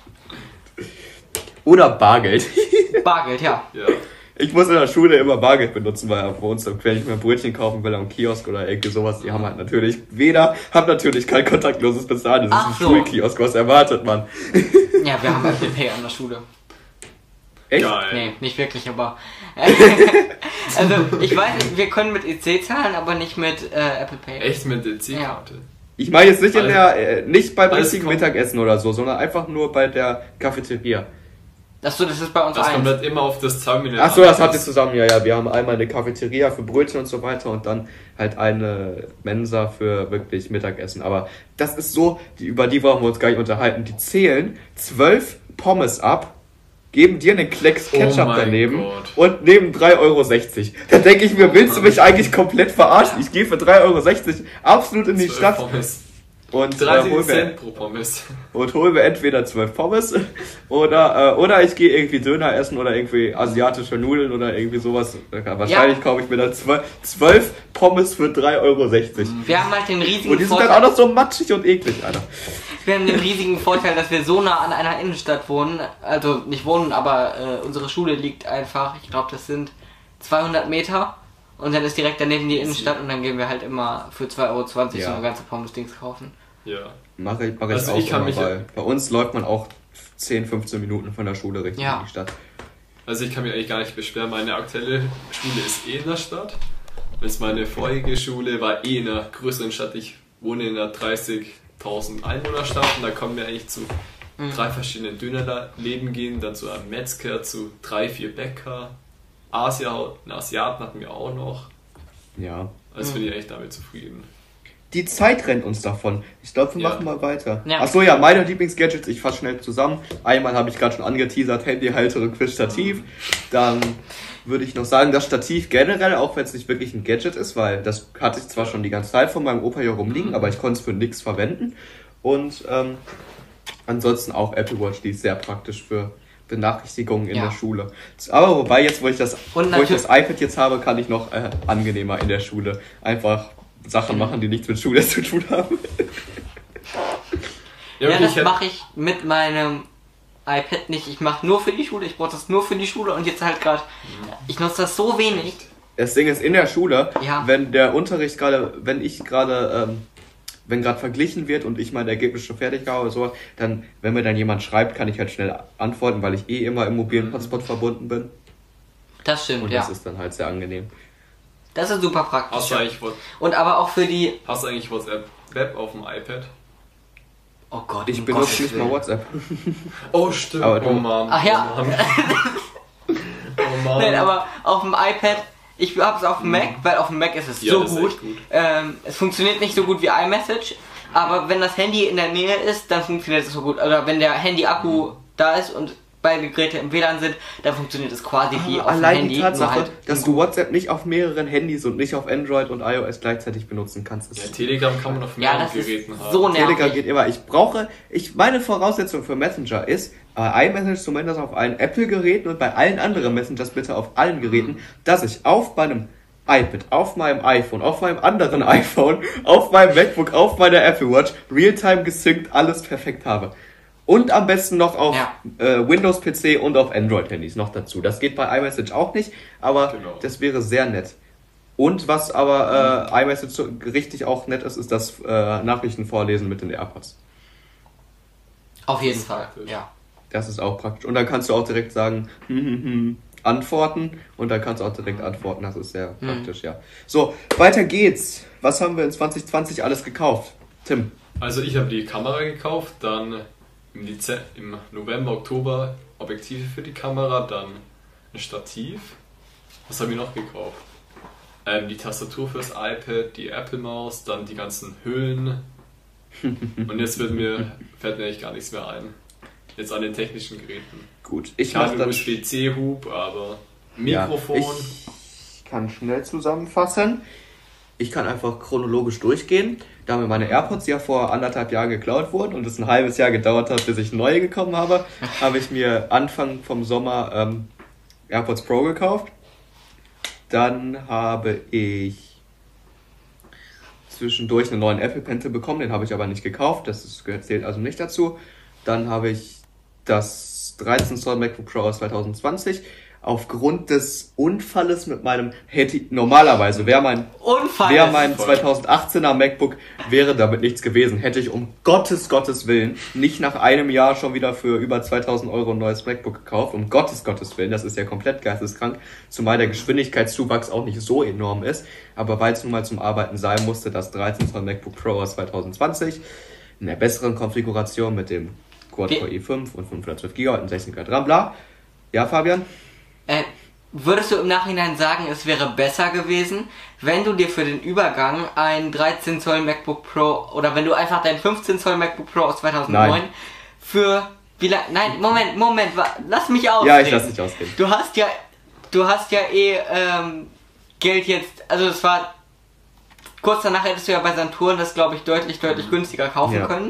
Oder Bargeld. Bargeld, ja. Ja. Ich muss in der Schule immer Bargeld benutzen, weil bei uns, wenn ich mir Brötchen kaufen will am Kiosk oder irgendwie sowas, die haben halt natürlich weder, haben natürlich kein kontaktloses Bezahlen. Das Ach ist ein so. Schulkiosk, was erwartet man? Ja, wir haben Apple Pay an der Schule. Echt? Geil. Nee, nicht wirklich, aber. Also, ich weiß nicht, wir können mit E C zahlen, aber nicht mit äh, Apple Pay. Echt mit der C-Karte. Ich meine jetzt nicht in Alles- der, äh, nicht beim alles richtigen kommt- Mittagessen oder so, sondern einfach nur bei der Cafeteria. Achso, das ist bei uns Das kommt eins. halt immer auf das Terminal Ach so, an. das habt ihr zusammen, ja, ja. Wir haben einmal eine Cafeteria für Brötchen und so weiter und dann halt eine Mensa für wirklich Mittagessen. Aber das ist so, die, über die brauchen wir uns gar nicht unterhalten. Die zählen zwölf Pommes ab, geben dir einen Klecks Oh Ketchup mein daneben Gott. und nehmen drei Euro sechzig. Da denke ich mir, willst du mich eigentlich komplett verarschen? Ich gehe für drei Euro sechzig absolut in die zwölf Stadt Pommes. und äh, dreißig hol mir Cent pro Pommes. und hole mir entweder zwölf Pommes oder, äh, oder ich gehe irgendwie Döner essen oder irgendwie asiatische Nudeln oder irgendwie sowas. Wahrscheinlich Ja. kaufe ich mir dann zwölf, zwölf Pommes für drei Euro sechzig. Wir haben halt den riesigen Und die sind dann Vorteil. auch noch so matschig und eklig, Alter. Wir haben den riesigen Vorteil, dass wir so nah an einer Innenstadt wohnen. Also nicht wohnen, aber äh, unsere Schule liegt einfach, ich glaube, das sind zweihundert Meter. Und dann ist direkt daneben die Innenstadt und dann gehen wir halt immer für zwei Euro zwanzig Ja. so eine ganze Pommes-Dings kaufen. Ja. Mache ich, mach ich Also auch ich kann immer, mich- weil bei uns läuft man auch zehn, fünfzehn Minuten von der Schule Richtung Ja. in die Stadt. Also ich kann mich eigentlich gar nicht beschweren. Meine aktuelle Schule ist eh in der Stadt. Und meine vorherige Schule war eh in einer größeren Stadt. Ich wohne in einer dreißigtausend Einwohnerstadt und da kommen wir eigentlich zu Mhm. drei verschiedenen Dönerläden gehen, dann zu einem Metzger, zu drei, vier Bäcker. Asia, einen Asiaten hatten wir auch noch. Ja. Also Mhm. bin ich echt damit zufrieden. Die Zeit rennt uns davon. Ich glaube, wir Ja. machen mal weiter. Ja. Achso, ja, meine Lieblingsgadgets, ich fasse schnell zusammen. Einmal habe ich gerade schon angeteasert, Handyhalterung für Stativ. Dann würde ich noch sagen, das Stativ generell, auch wenn es nicht wirklich ein Gadget ist, weil das hatte ich zwar schon die ganze Zeit von meinem Opa hier rumliegen, aber ich konnte es für nichts verwenden. Und ähm, ansonsten auch Apple Watch, die ist sehr praktisch für Benachrichtigungen in Ja. der Schule. Aber wobei jetzt, wo ich das, Und wo ich natür- das iPad jetzt habe, kann ich noch äh, angenehmer in der Schule einfach Sachen machen, die nichts mit Schule zu tun haben. Ja, okay, das ich hätte- mache ich mit meinem iPad nicht. Ich mache nur für die Schule, ich brauche das nur für die Schule und jetzt halt gerade, ich nutze das so wenig. Das Ding ist, in der Schule, Ja. wenn der Unterricht gerade, wenn ich gerade, ähm, wenn gerade verglichen wird und ich mein Ergebnis schon fertig habe oder so, dann, wenn mir dann jemand schreibt, kann ich halt schnell antworten, weil ich eh immer im mobilen Hotspot verbunden bin. Das stimmt, Und ja. das ist dann halt sehr angenehm. Das ist super praktisch. Hast du, ja. eigentlich, What- Und aber auch für die. hast du eigentlich WhatsApp Web auf dem iPad? Oh Gott, Ich um benutze Gottes nicht mal Willen. WhatsApp. Oh, stimmt. Aber du- oh Mann. Ach ja. Oh Mann. oh Mann. Nein, aber auf dem iPad, ich habe es auf dem Mac, weil auf dem Mac ist es Ja, so das ist gut. echt gut. Ähm, es funktioniert nicht so gut wie iMessage, aber wenn das Handy in der Nähe ist, dann funktioniert es so gut. Oder wenn der Handy-Akku da ist und beide Geräte im W L A N sind, dann funktioniert es quasi wie auf dem Allein Handy. die Tatsache, nur halt dass du WhatsApp nicht auf mehreren Handys und nicht auf Android und iOS gleichzeitig benutzen kannst, Ja, ist Telegram kann man auf Ja, mehreren das ist Geräten haben. so nervig. Telegram geht immer. Ich brauche, ich, meine Voraussetzung für Messenger ist, bei iMessage zumindest auf allen Apple-Geräten und bei allen anderen Messengers bitte auf allen Geräten, dass ich auf meinem iPad, auf meinem iPhone, auf meinem anderen iPhone, auf meinem MacBook, auf meiner Apple Watch, Realtime gesynkt, alles perfekt habe. Und am besten noch auf Ja. äh, Windows-P C und auf Android-Handys noch dazu. Das geht bei iMessage auch nicht, aber Genau. das wäre sehr nett. Und was aber äh, iMessage so richtig auch nett ist, ist das äh, Nachrichten vorlesen mit den AirPods. Auf jeden Das ist Fall, praktisch. ja. Das ist auch praktisch. Und dann kannst du auch direkt sagen, hm, hm, hm, antworten. Und dann kannst du auch direkt antworten. Das ist sehr Hm. praktisch, ja. So, weiter geht's. Was haben wir in zwanzig zwanzig alles gekauft? Tim. Also ich habe die Kamera gekauft, dann im, Dezember, im November, Oktober Objektive für die Kamera, dann ein Stativ. Was habe ich noch gekauft? Ähm, die Tastatur fürs iPad, die Apple-Maus, dann die ganzen Hüllen. Und jetzt wird mir, fällt mir eigentlich gar nichts mehr ein. Jetzt an den technischen Geräten. Gut, ich Klar, mach ein dann... U S B C-Hub, aber Ja, Mikrofon. ich kann schnell zusammenfassen. Ich kann einfach chronologisch durchgehen. Da mir meine AirPods ja vor anderthalb Jahren geklaut wurden und es ein halbes Jahr gedauert hat, bis ich neue gekommen habe, habe ich mir Anfang vom Sommer ähm, AirPods Pro gekauft. Dann habe ich zwischendurch einen neuen Apple Pencil bekommen, den habe ich aber nicht gekauft, das ist, zählt also nicht dazu. Dann habe ich das dreizehn Zoll MacBook Pro aus zwanzig zwanzig. Aufgrund des Unfalles mit meinem, hätte ich, normalerweise wäre mein, Unfall wäre mein zweitausendachtzehner MacBook, wäre damit nichts gewesen. Hätte ich um Gottes, Gottes Willen nicht nach einem Jahr schon wieder für über zweitausend Euro ein neues MacBook gekauft. Um Gottes, Gottes Willen, das ist ja komplett geisteskrank. Zumal der Geschwindigkeitszuwachs auch nicht so enorm ist. Aber weil es nun mal zum Arbeiten sein musste, das dreizehn Zoll MacBook Pro aus zwanzig zwanzig in der besseren Konfiguration mit dem Quad-Core i fünf und fünfhundertzwölf Gigabyte und sechzehn Gigabyte RAM, bla. Ja, Fabian? Äh, würdest du im Nachhinein sagen, es wäre besser gewesen, wenn du dir für den Übergang ein dreizehn Zoll MacBook Pro oder wenn du einfach dein fünfzehn Zoll MacBook Pro aus zweitausendneun Nein. für wie lange? Nein, Moment, Moment, wa- lass mich ausreden. Ja, ich lass dich ausreden. Du hast ja, du hast ja eh ähm, Geld jetzt, also es war kurz danach hättest du ja bei Saturn das glaube ich deutlich, deutlich günstiger kaufen Ja. können.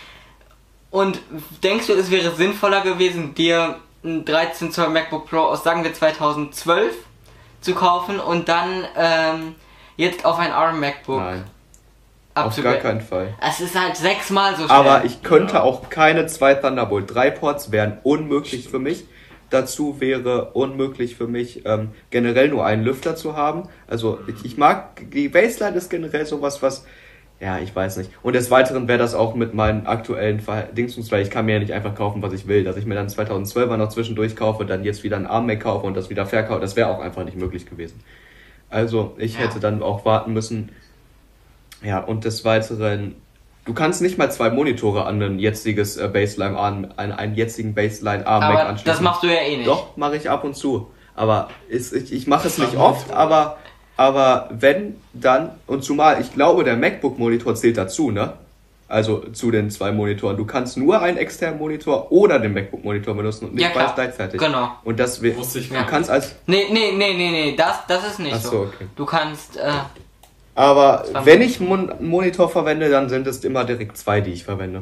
Und denkst du, es wäre sinnvoller gewesen, dir ein dreizehn Zoll MacBook Pro aus, sagen wir zweitausendzwölf zu kaufen und dann ähm, jetzt auf ein ARM MacBook Nein, auf gar abzugraden? keinen Fall. Es ist halt sechsmal so schnell. Aber ich könnte Ja. auch keine zwei Thunderbolt drei Ports, wären unmöglich für mich. Dazu wäre unmöglich für mich, ähm, generell nur einen Lüfter zu haben. Also ich, ich mag, die Baseline ist generell sowas, was, ja, ich weiß nicht. Und des Weiteren wäre das auch mit meinen aktuellen Verdingstungs, weil ich kann mir ja nicht einfach kaufen, was ich will. Dass ich mir dann zweitausendzwölfer noch zwischendurch kaufe, dann jetzt wieder ein ARM Mac kaufe und das wieder verkaufe, das wäre auch einfach nicht möglich gewesen. Also ich Ja. hätte dann auch warten müssen. Ja, und des Weiteren, du kannst nicht mal zwei Monitore an ein jetziges äh, Baseline an, an einen jetzigen Baseline ARM Mac aber anschließen. das machst du ja eh nicht. Doch, mache ich ab und zu. Aber ist, ich, ich mache es Das nicht war oft, Monitor. aber, aber wenn, dann, und zumal, ich glaube, der MacBook-Monitor zählt dazu, ne? Also zu den zwei Monitoren. Du kannst nur einen externen Monitor oder den MacBook-Monitor benutzen und nicht Ja, klar. beides gleichzeitig. Genau. Und das wir, Wusste ich du gar kannst als, Nee, nee, nee, nee, nee, das, das ist nicht Ach so, so. okay. Du kannst, äh, aber Zwei wenn ich Mon einen Monitor verwende, dann sind es immer direkt zwei, die ich verwende.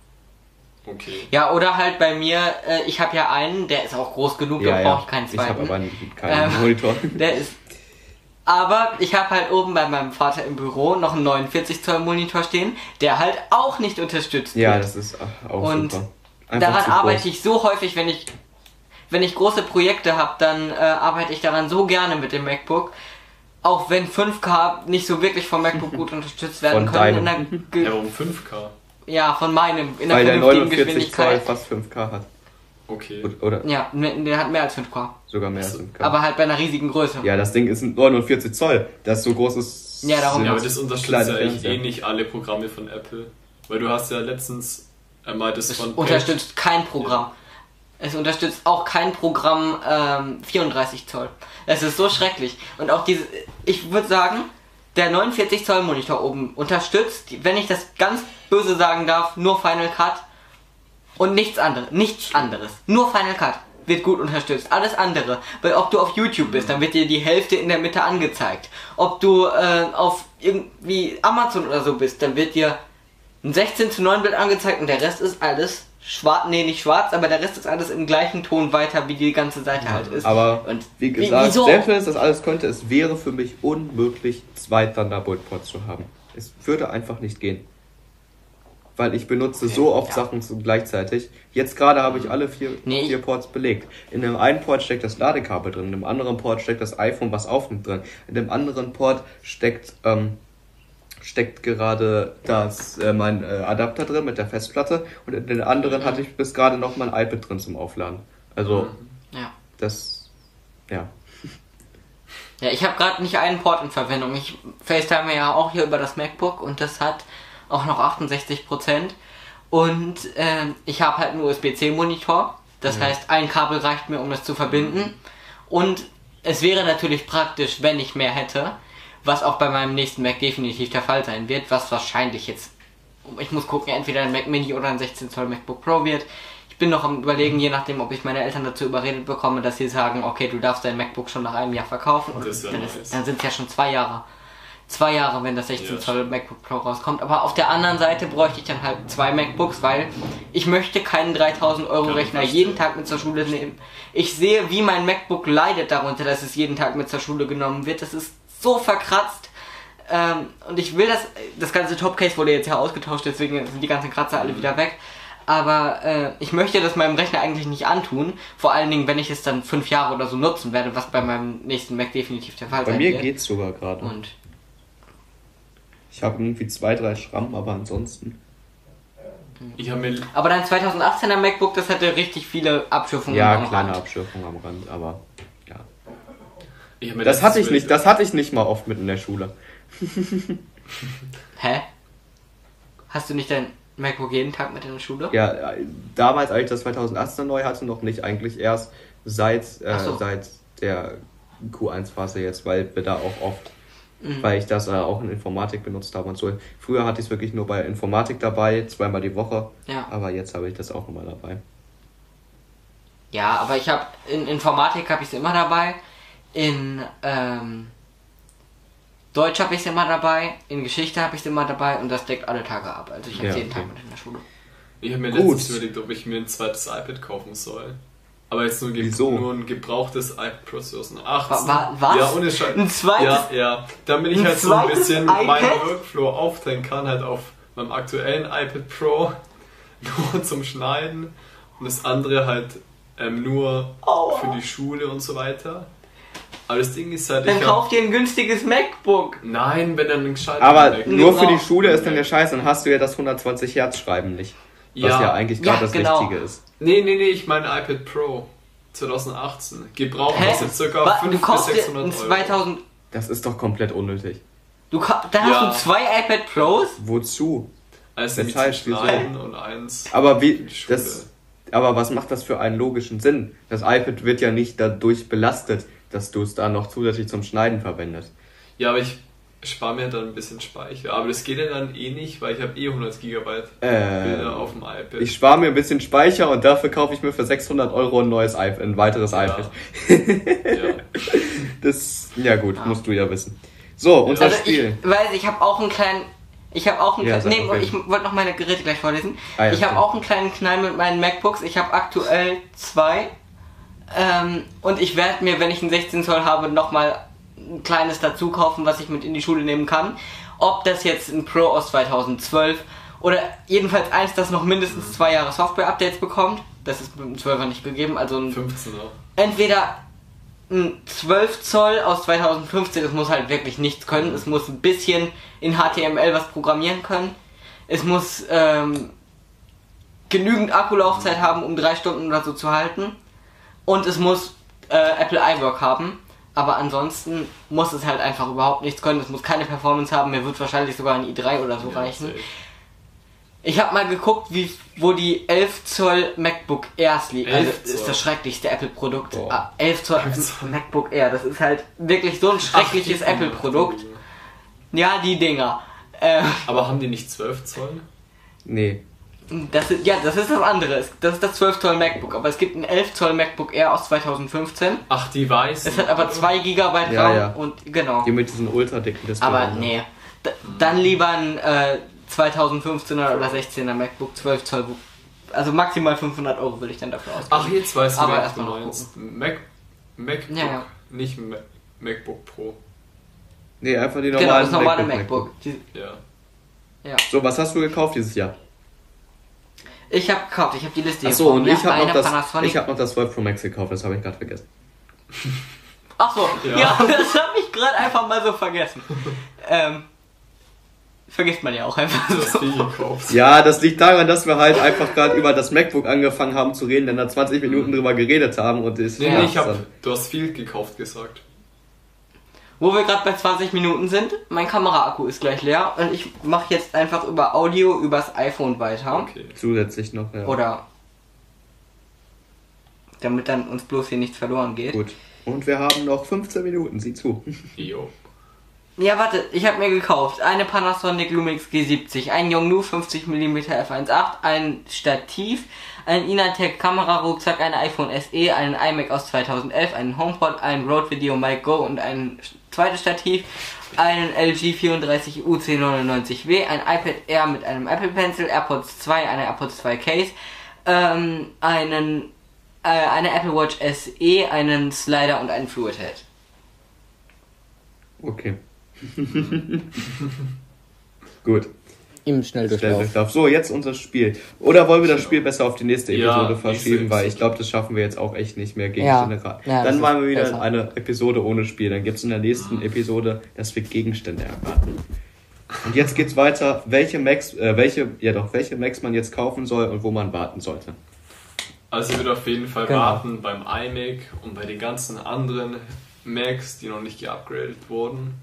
Okay. ja, oder halt bei mir, äh, ich habe ja einen, der ist auch groß genug, da brauche ich keinen Ich habe zweiten. aber keinen Ähm, Monitor. Der ist. Aber ich habe halt oben bei meinem Vater im Büro noch einen neunundvierzig Zoll Monitor stehen, der halt auch nicht unterstützt Ja, wird. das ist ach, auch Und super. Einfach daran zu arbeite groß. ich so häufig, wenn ich wenn ich große Projekte habe, dann äh, arbeite ich daran so gerne mit dem MacBook. Auch wenn fünf K nicht so wirklich vom MacBook gut unterstützt werden Von können. In deinem. der Ge- Ja, um fünf K. ja, von meinem, in der Weil der vernünftigen neunundvierzig Zoll Geschwindigkeit. fast fünf K hat. Okay. Oder Ja, ne- der hat mehr als fünf K. sogar mehr als Achso. fünf K. Aber halt bei einer riesigen Größe. Ja, das Ding ist ein neunundvierzig Zoll. Das ist so großes. Ja, darum- Ja, aber das unterstützt kleine ja eigentlich Fernseher. eh nicht alle Programme von Apple. Weil du hast ja letztens einmal das Es von unterstützt kein Programm. Es unterstützt auch kein Programm ähm, vierunddreißig Zoll. Es ist so schrecklich. Und auch diese, ich würde sagen, der neunundvierzig Zoll Monitor oben unterstützt, wenn ich das ganz böse sagen darf, nur Final Cut und nichts anderes. Nichts anderes. Nur Final Cut wird gut unterstützt. Alles andere. Weil ob du auf YouTube bist, dann wird dir die Hälfte in der Mitte angezeigt. Ob du äh, auf irgendwie Amazon oder so bist, dann wird dir ein sechzehn zu neun Bild angezeigt und der Rest ist alles schwarz, nee nicht schwarz, aber der Rest ist alles im gleichen Ton weiter, wie die ganze Seite halt ist. Aber und wie gesagt, wieso? selbst wenn es das alles könnte, es wäre für mich unmöglich, zwei Thunderbolt-Ports zu haben. Es würde einfach nicht gehen. Weil ich benutze Okay, so oft ja. Sachen so gleichzeitig. Jetzt gerade habe ich alle vier, Nee. vier Ports belegt. In dem einen Port steckt das Ladekabel drin, in dem anderen Port steckt das iPhone, was aufnimmt, drin. In dem anderen Port steckt ähm, steckt gerade das äh, mein äh, Adapter drin mit der Festplatte und in den anderen Mhm. hatte ich bis gerade noch mein iPad drin zum Aufladen. Also Ja. das ja. Ja, ich habe gerade nicht einen Port in Verwendung. Ich FaceTime ja auch hier über das MacBook und das hat auch noch achtundsechzig Prozent. Und ähm, ich habe halt einen U S B C Monitor. Das heißt, ein Kabel reicht mir, um das zu verbinden. Und es wäre natürlich praktisch, wenn ich mehr hätte, was auch bei meinem nächsten Mac definitiv der Fall sein wird, was wahrscheinlich jetzt, ich muss gucken, entweder ein Mac Mini oder ein sechzehn Zoll MacBook Pro wird. Ich bin noch am Überlegen, je nachdem, ob ich meine Eltern dazu überredet bekomme, dass sie sagen, okay, du darfst dein MacBook schon nach einem Jahr verkaufen. Und Das wär dann, nice. ist, dann sind es ja schon zwei Jahre. Zwei Jahre, wenn das sechzehn Ja. Zoll MacBook Pro rauskommt. Aber auf der anderen Seite bräuchte ich dann halt zwei MacBooks, weil ich möchte keinen dreitausend Euro Kann ich Rechner verstehen. jeden Tag mit zur Schule nehmen. Ich sehe, wie mein MacBook leidet darunter, dass es jeden Tag mit zur Schule genommen wird. Das ist so verkratzt. Ähm, und ich will das, das ganze Topcase wurde jetzt ja ausgetauscht, deswegen sind die ganzen Kratzer alle wieder weg. Aber äh, ich möchte das meinem Rechner eigentlich nicht antun. Vor allen Dingen, wenn ich es dann fünf Jahre oder so nutzen werde, was bei meinem nächsten Mac definitiv der Fall Bei sein mir wird. geht's sogar gerade. Und Ich habe irgendwie zwei, drei Schrammen, aber ansonsten. Ich habe mir. aber dein zweitausendachtzehner MacBook, das hatte richtig viele Abschürfungen. Ja, am kleine Rand. Abschürfung am Rand, aber ja. Ich hab mir Das hatte ich letztens nicht, das hatte ich nicht mal oft mit in der Schule. Hä? Hast du nicht dein MacBook jeden Tag mit in der Schule? Ja, äh, damals, als ich das zweitausendachtzehn neu hatte, noch nicht, eigentlich erst seit, äh, Ach so. seit der Q eins Phase jetzt, weil wir da auch oft, Mhm. weil ich das äh, auch in Informatik benutzt habe und so. Früher hatte ich es wirklich nur bei Informatik dabei, zweimal die Woche, Ja. aber jetzt habe ich das auch nochmal dabei. Ja, aber ich habe in Informatik habe ich es immer dabei. In ähm, Deutsch habe ich es immer dabei. In Geschichte habe ich es immer dabei und das deckt alle Tage ab. Also ich habe Ja, jeden okay. Tag mit in der Schule. Ich habe mir Gut. letztens überlegt, ob ich mir ein zweites iPad kaufen soll. Aber jetzt nur, ge Wieso? nur ein gebrauchtes iPad Pro zweitausendachtzehn. Wa- wa- was? Ja, ohne Scheiß. Ein zweites? Ja, ja. Damit ich Ein halt so ein zweites bisschen iPad? meinen Workflow aufteilen kann, halt auf meinem aktuellen iPad Pro nur zum Schneiden und das andere halt ähm, nur Aua. für die Schule und so weiter. Aber das Ding ist halt, Dann ich kauf hab, dir ein günstiges MacBook. Nein, wenn dann ein gescheiter Aber Mac- nur für die Genau. Schule ist dann der Scheiß, dann hast du ja das hundertzwanzig Hertz Schreiben nicht. Was ja, Ja. eigentlich gerade Ja, das genau. Wichtige ist. Nee, nee, nee, ich meine iPad Pro zweitausendachtzehn. Gebraucht Hä? kostet ca. Wa- fünfhundert du bis kaufst dir sechshundert ein Euro. zweitausend. Das ist doch komplett unnötig. Du ka- da Ja. hast du zwei iPad Pros. Wozu? Eins nämlich Weshalb? zum Wieso? Schneiden und eins Aber für wie, die Schule. das, aber was macht das für einen logischen Sinn? Das iPad wird ja nicht dadurch belastet, dass du es da noch zusätzlich zum Schneiden verwendest. Ja, aber ich spare mir dann ein bisschen Speicher. Aber das geht ja dann eh nicht, weil ich habe eh hundert Gigabyte Äh, Bilder auf dem iPad. Ich spare mir ein bisschen Speicher und dafür kaufe ich mir für sechshundert Euro ein neues iPad, ein weiteres Ja. iPad. ja. Das, ja gut, Ah. musst du ja wissen. So, unser Also Spiel. ich weiß, ich habe auch einen kleinen. Ich habe auch einen Ja, kleinen. sag, Nee, okay. ich wollte noch meine Geräte gleich vorlesen. Ah, ja, ich habe stimmt. auch einen kleinen Knall mit meinen MacBooks. Ich habe aktuell zwei. Ähm, und ich werde mir, wenn ich einen sechzehn Zoll habe, nochmal ein kleines dazu kaufen, was ich mit in die Schule nehmen kann. Ob das jetzt ein Pro aus zweitausendzwölf oder jedenfalls eins, das noch mindestens zwei Jahre Software-Updates bekommt. Das ist mit dem zwölfer nicht gegeben. Also ein fünfzehner. entweder ein zwölf Zoll aus zweitausendfünfzehn, es muss halt wirklich nichts können, es muss ein bisschen in H T M L was programmieren können, es muss ähm, genügend Akkulaufzeit haben, um drei Stunden oder so zu halten, und es muss äh, Apple iWork haben, aber ansonsten muss es halt einfach überhaupt nichts können, es muss keine Performance haben, mir wird wahrscheinlich sogar ein i drei oder so Ja, reichen. safe. Ich habe mal geguckt, wie, wo die elf Zoll MacBook Airs liegen. Also, elf das ist Zoll. das schrecklichste Apple-Produkt. Boah. Ah, elf Zoll elf Zoll. MacBook Air. Das ist halt wirklich so ein schreckliches Ach, die- Apple-Produkt. Ja, die Dinger. Äh, Aber haben die nicht zwölf Zoll? Nee. das ist, ja, das ist das andere. Es- Das ist das zwölf Zoll MacBook. Aber es gibt ein elf Zoll MacBook Air aus zweitausendfünfzehn. Ach, die weißen. Es hat aber zwei Gigabyte Ja, RAM ja. und genau. Die mit diesen ultra dicken Display. Aber nee. D dann lieber ein äh, zweitausendfünfzehner oder sechzehner MacBook zwölf Zoll. Also maximal fünfhundert Euro will ich dann dafür ausgeben. Ach, jetzt weißt du, Aber wer erst du mal noch meinst. Mac, MacBook, Ja, ja. nicht Ma MacBook Pro. Nee, einfach die Genau, normalen das normale MacBook. MacBook. Die, Ja. ja. So, was hast du gekauft dieses Jahr? Ich habe gekauft, ich habe die Liste hier Achso, vor und mir. ich habe Eine noch, das- Panasonic. ich hab noch das zwölf Pro Max gekauft, das habe ich gerade vergessen. Ach so, ja, Ja. das habe ich gerade einfach mal so vergessen. ähm, vergisst man ja auch einfach Du hast so. viel gekauft. Ja, das liegt daran, dass wir halt einfach gerade über das MacBook angefangen haben zu reden, dann da zwanzig Minuten drüber geredet haben und ist Nee, Ja. nee, ich hab, du hast viel gekauft gesagt. Wo wir gerade bei zwanzig Minuten sind, mein Kameraakku ist gleich leer und ich mache jetzt einfach über Audio übers iPhone weiter. Okay. zusätzlich noch, ja. Oder damit dann uns bloß hier nichts verloren geht. Gut. Und wir haben noch fünfzehn Minuten, sieh zu. Jo. Ja, warte, ich habe mir gekauft eine Panasonic Lumix G siebzig, ein Yongnuo fünfzig Millimeter f eins Komma acht, ein Stativ, ein Inatec Kamerarucksack, ein iPhone S E, einen iMac aus zweitausendelf, einen HomePod, ein Rode Video Mic Go und ein zweites Stativ, einen L G vierunddreißig U C neunundneunzig W, ein iPad Air mit einem Apple Pencil, AirPods zwei, eine AirPods zwei Case, ähm, einen, äh, eine Apple Watch S E, einen Slider und einen Fluid Head. Okay. Gut. Im Schnelldurchlauf. Schnelldurchlauf. So, jetzt unser Spiel. Oder wollen wir das Spiel besser auf die nächste Episode Ja, verschieben, nächste weil ich glaube, das schaffen wir jetzt auch echt nicht mehr gegen Ja. General. Ja, Dann das machen ist wir wieder besser. eine Episode ohne Spiel. Dann gibt es in der nächsten Episode, dass wir Gegenstände erraten. Und jetzt geht's weiter, welche Macs, äh, welche, ja doch, welche Macs man jetzt kaufen soll und wo man warten sollte. Also ich würde auf jeden Fall Genau. warten beim iMac und bei den ganzen anderen Macs, die noch nicht geupgradet wurden.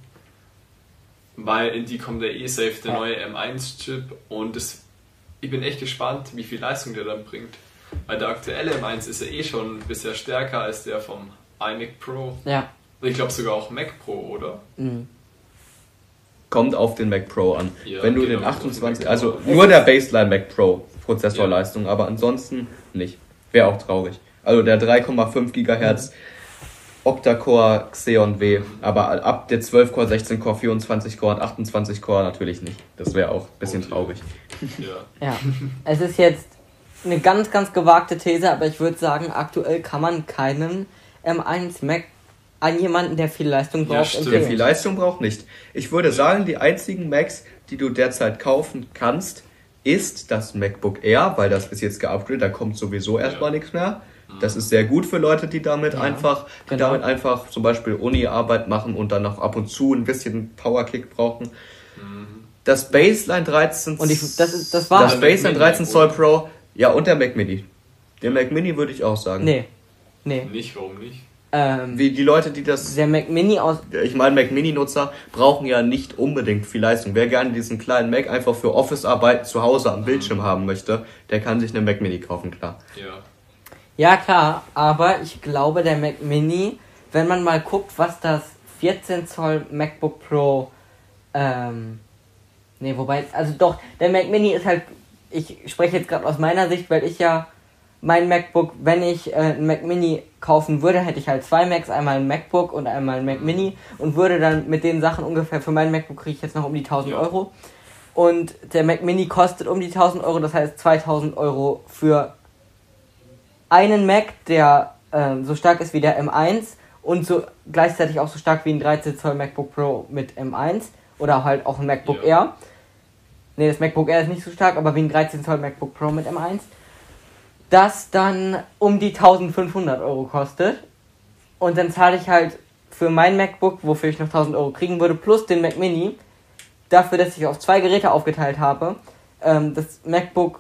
Weil in die kommt der eh safe der Ja. neue M eins Chip und das, ich bin echt gespannt, wie viel Leistung der dann bringt. Weil der aktuelle M eins ist ja eh schon bisher stärker als der vom iMac Pro. Ja. Und ich glaube sogar auch Mac Pro, oder? Mhm. Kommt auf den Mac Pro an. Ja, Wenn du genau, den auf den achtundzwanzig, Mac also Pro. nur der Baseline Mac Pro Prozessorleistung, aber ansonsten nicht. Wäre auch traurig. Also der drei Komma fünf Gigahertz Octa-Core Xeon W, aber ab der zwölf Core, sechzehn Core, vierundzwanzig Core und achtundzwanzig Core natürlich nicht. Das wäre auch ein bisschen traurig. Ja. Ja, es ist jetzt eine ganz, ganz gewagte These, aber ich würde sagen, aktuell kann man keinen M eins Mac an jemanden, der viel Leistung Ja, braucht, stimmt. Der empfehlen. viel Leistung braucht nicht. Ich würde sagen, die einzigen Macs, die du derzeit kaufen kannst, ist das MacBook Air, weil das ist jetzt geupgradet, da kommt sowieso erstmal Ja. nichts mehr. Das ist sehr gut für Leute, die damit Ja, einfach, die genau. damit einfach zum Beispiel Uni-Arbeit machen und dann noch ab und zu ein bisschen Powerkick brauchen. Das Baseline dreizehn, Und ich, das, ist, das war... das Mac Baseline Mini, dreizehn Zoll oder? Pro, ja, und der Mac Mini. Der Mac Mini würde ich auch sagen. Nee, nee. Nicht, warum nicht? Ähm, Wie die Leute, die das, der Mac Mini aus... ich meine, Mac Mini-Nutzer brauchen ja nicht unbedingt viel Leistung. Wer gerne diesen kleinen Mac einfach für Office-Arbeit zu Hause am Bildschirm haben möchte, der kann sich einen Mac Mini kaufen, klar. Ja. Ja, klar, aber ich glaube, der Mac Mini, wenn man mal guckt, was das vierzehn Zoll MacBook Pro, ähm, nee, wobei, also doch, der Mac Mini ist halt, ich spreche jetzt gerade aus meiner Sicht, weil ich ja mein MacBook, wenn ich äh, ein Mac Mini kaufen würde, hätte ich halt zwei Macs, einmal ein MacBook und einmal ein Mac Mini und würde dann mit den Sachen ungefähr, für mein MacBook kriege ich jetzt noch um die tausend Ja. Euro und der Mac Mini kostet um die tausend Euro, das heißt zweitausend Euro für einen Mac, der ähm, so stark ist wie der M eins und so gleichzeitig auch so stark wie ein dreizehn Zoll MacBook Pro mit M eins oder halt auch ein MacBook Ja. Air. Ne, das MacBook Air ist nicht so stark, aber wie ein dreizehn Zoll MacBook Pro mit M eins. Das dann um die eintausendfünfhundert Euro kostet. Und dann zahle ich halt für mein MacBook, wofür ich noch tausend Euro kriegen würde, plus den Mac Mini, dafür, dass ich auf zwei Geräte aufgeteilt habe. Ähm, das MacBook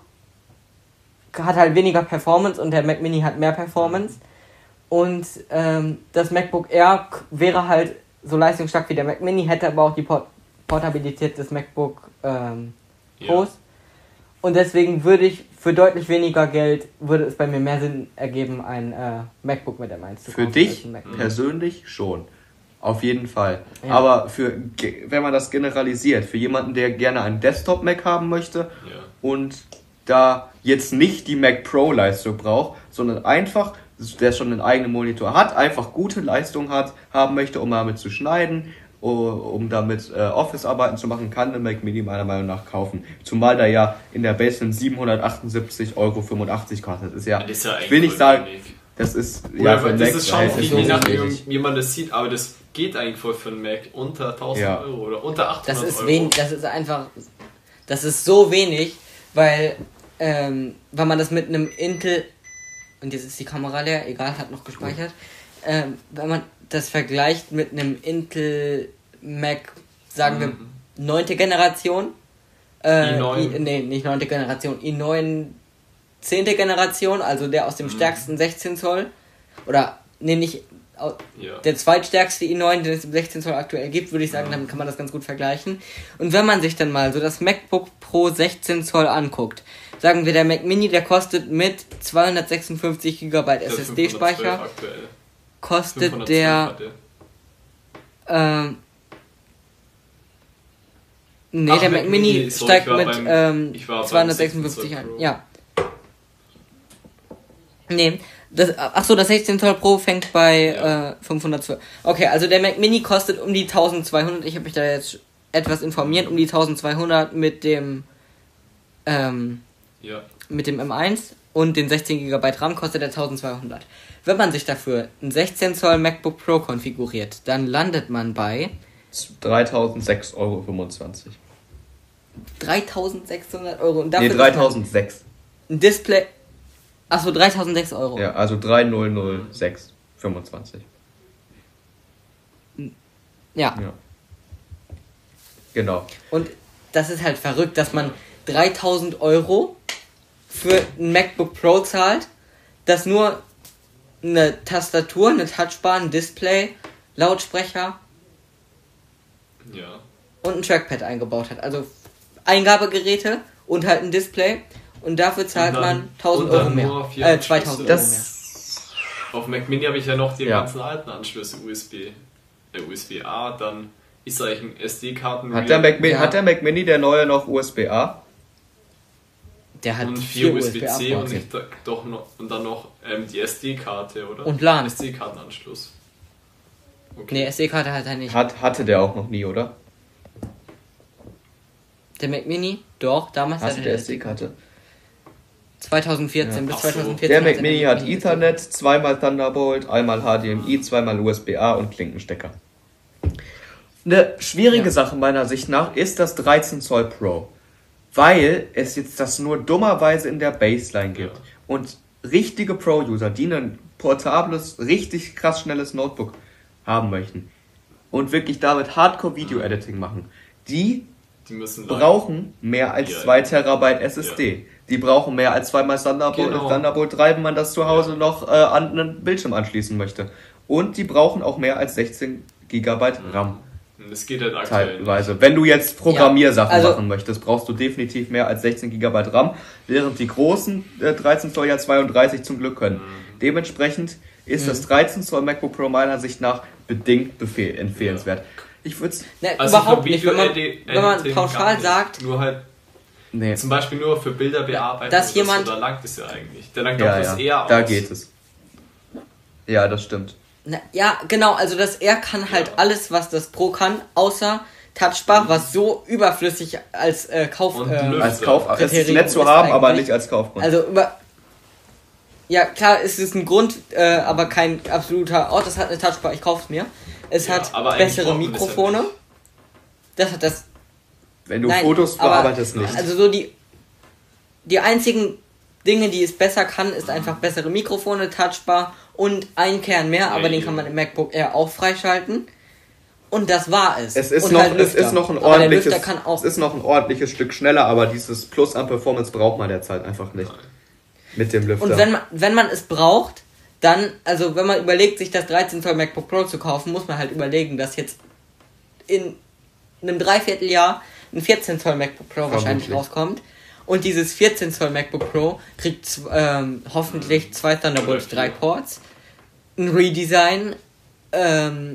hat halt weniger Performance und der Mac Mini hat mehr Performance. Und ähm, das MacBook Air k- wäre halt so leistungsstark wie der Mac Mini, hätte aber auch die Port- Portabilität des MacBook ähm, Pros. Ja. Und deswegen würde ich für deutlich weniger Geld, würde es bei mir mehr Sinn ergeben, ein äh, MacBook mit M eins zu Für kaufen. dich als ein Mac. persönlich schon. Auf jeden Fall. Ja. Aber für, ge- wenn man das generalisiert, für jemanden, der gerne einen Desktop-Mac haben möchte Ja. und da jetzt nicht die Mac Pro-Leistung braucht, sondern einfach, der schon einen eigenen Monitor hat, einfach gute Leistung hat, haben möchte, um damit zu schneiden, o- um damit äh, Office-Arbeiten zu machen, kann der Mac Mini meiner Meinung nach kaufen. Zumal da ja in der Baseline siebenhundertachtundsiebzig Euro fünfundachtzig kostet. Das ist ja, Das ist ja ich will nicht eigentlich sagen, voll wenig. das ist Oder ja für weil einen das Mac ist schon verhältnismäßig viel, je nachdem, wenig. wie man das sieht, aber das geht eigentlich voll für einen Mac unter tausend Ja. Euro oder unter achthundert Das ist Euro. wenig, das ist einfach, das ist so wenig, weil, ähm, wenn man das mit einem Intel, und jetzt ist die Kamera leer, egal, hat noch gespeichert, ähm, wenn man das vergleicht mit einem Intel Mac, sagen Mhm. wir, neunte Generation, äh, i neun. I, nee, nicht neunte Generation, i neun, zehnte Generation, also der aus dem Mhm. stärksten sechzehn Zoll, oder, nee, nicht, au- Ja. der zweitstärkste i neun, den es im sechzehn Zoll aktuell gibt, würde ich sagen, Ja. damit kann man das ganz gut vergleichen. Und wenn man sich dann mal so das MacBook Pro sechzehn Zoll anguckt, sagen wir, der Mac Mini, der kostet mit zweihundertsechsundfünfzig Gigabyte Der S S D-Speicher, fünfhundertzwölf aktuell. kostet fünfhundertzwölf der, hat der. ähm, Nee, Ach, der Mac Mac Mini Mini, sorry, steigt ich war mit beim- ähm, ich war beim zweihundertsechsundfünfzig sechzehn ein. Zoll Ja. Nee, das, ach so, das sechzehn Zoll Pro fängt bei Ja. äh, fünfhundertzwölf. Okay, also der Mac Mini kostet um die eintausendzweihundert. Ich habe mich da jetzt etwas informiert, um die eintausendzweihundert mit dem ähm, Ja. mit dem M eins und den sechzehn Gigabyte RAM kostet er eintausendzweihundert. Wenn man sich dafür ein sechzehn Zoll MacBook Pro konfiguriert, dann landet man bei dreitausendsechs Euro fünfundzwanzig. dreitausendsechshundert Euro. Und Nee, dafür dass dreitausendsechs. man ein Display. Achso, dreitausendsechs Euro. Ja, also dreitausendsechs fünfundzwanzig. Ja. Ja. Genau. Und das ist halt verrückt, dass man dreitausend Euro für ein MacBook Pro zahlt, das nur eine Tastatur, eine Touchbar, ein Display, Lautsprecher Ja. und ein Trackpad eingebaut hat. Also Eingabegeräte und halt ein Display. Und dafür zahlt Und dann- man tausend und dann Euro mehr. nur vier Äh, zweitausend Euro mehr. Das. Auf Mac Mini habe ich ja noch die Ja. ganzen alten Anschlüsse, U S B, äh, U S B A, dann ist eigentlich ein S D-Karten. Hat der, Mac Mini, Ja. hat der Mac Mini, der neue, noch U S B A? Der hat und vier vier U S B C und, Ports. nicht, doch noch, und dann noch ähm, die S D-Karte, oder? Und LAN. S D-Kartenanschluss. Okay. Nee, S D-Karte hat er nicht. Hat, hatte der auch noch nie, oder? Der Mac Mini? Doch, damals Hast hatte du der der S D-Karte? zweitausendvierzehn Ja. bis Ach so. zweitausendvierzehn. Der hat Mac Mini hat Mini Ethernet, zweimal Thunderbolt, einmal H D M I, zweimal U S B A und Klinkenstecker. Eine schwierige Ja. Sache meiner Sicht nach ist das dreizehn Zoll Pro, weil es jetzt das nur dummerweise in der Baseline gibt. Ja. Und richtige Pro-User, die ein portables, richtig krass schnelles Notebook haben möchten und wirklich damit Hardcore-Video-Editing machen, die Die müssen leider- brauchen mehr als Ja. zwei Terabyte S S D. Die brauchen mehr als zweimal Thunderbolt, Genau. Thunderbolt drei, wenn man das zu Hause Ja. noch äh, an einen Bildschirm anschließen möchte. Und die brauchen auch mehr als sechzehn Gigabyte RAM. Das geht halt aktuell nicht. Teilweise. Wenn du jetzt Programmiersachen Ja, also- machen möchtest, brauchst du definitiv mehr als sechzehn Gigabyte RAM, während die großen äh, dreizehn Zoll ja zweiunddreißig zum Glück können. Mhm. Dementsprechend ist Mhm. das dreizehn Zoll MacBook Pro meiner Sicht nach bedingt befehl empfehlenswert. Ich würde es... Ne, Also überhaupt für nicht. Wenn man, Video-Editing wenn man gar pauschal nicht. sagt, Nur halt, Nee. zum Beispiel nur für Bilderbearbeitung, Dass jemand- da langt es ja eigentlich. Da langt Ja, auch das ja, eher da aus. geht es. Ja, das stimmt. na, ja, genau, also das er kann halt Ja. alles, was das Pro kann, außer Touchbar, was so überflüssig als äh, Kauf... Und ähm, Lüfter. Als Kauf, es ist Kriterium nett zu ist haben, aber eigentlich- nicht als Kaufgrund. Also über... Ja, klar, es ist ein Grund, äh, aber kein absoluter... Oh, das hat eine Touchbar, ich kauf's mir. Es Ja, hat aber eigentlich bessere braucht man das ja Mikrofone. nicht. Das hat das... Wenn du Nein, Fotos aber- bearbeitest, nicht. Also so die... Die einzigen Dinge, die es besser kann, ist einfach bessere Mikrofone, Touchbar und ein Kern mehr, aber Ja, den ja. kann man im MacBook Air auch freischalten. Und das war es. Es ist, und noch, halt es Lüfter. ist noch ein aber der ordentliches, Lüfter kann auch. es ist noch ein ordentliches Stück schneller, aber dieses Plus an Performance braucht man derzeit einfach nicht. Mit dem Lüfter. Und wenn man, wenn man es braucht, dann, also wenn man überlegt, sich das dreizehn Zoll MacBook Pro zu kaufen, muss man halt überlegen, dass jetzt in einem Dreivierteljahr ein vierzehn Zoll MacBook Pro wahrscheinlich Vermutlich. rauskommt. Und dieses vierzehn Zoll MacBook Pro kriegt z- ähm, hoffentlich zwei Thunderbolt Oder drei Ports, ein Redesign ähm,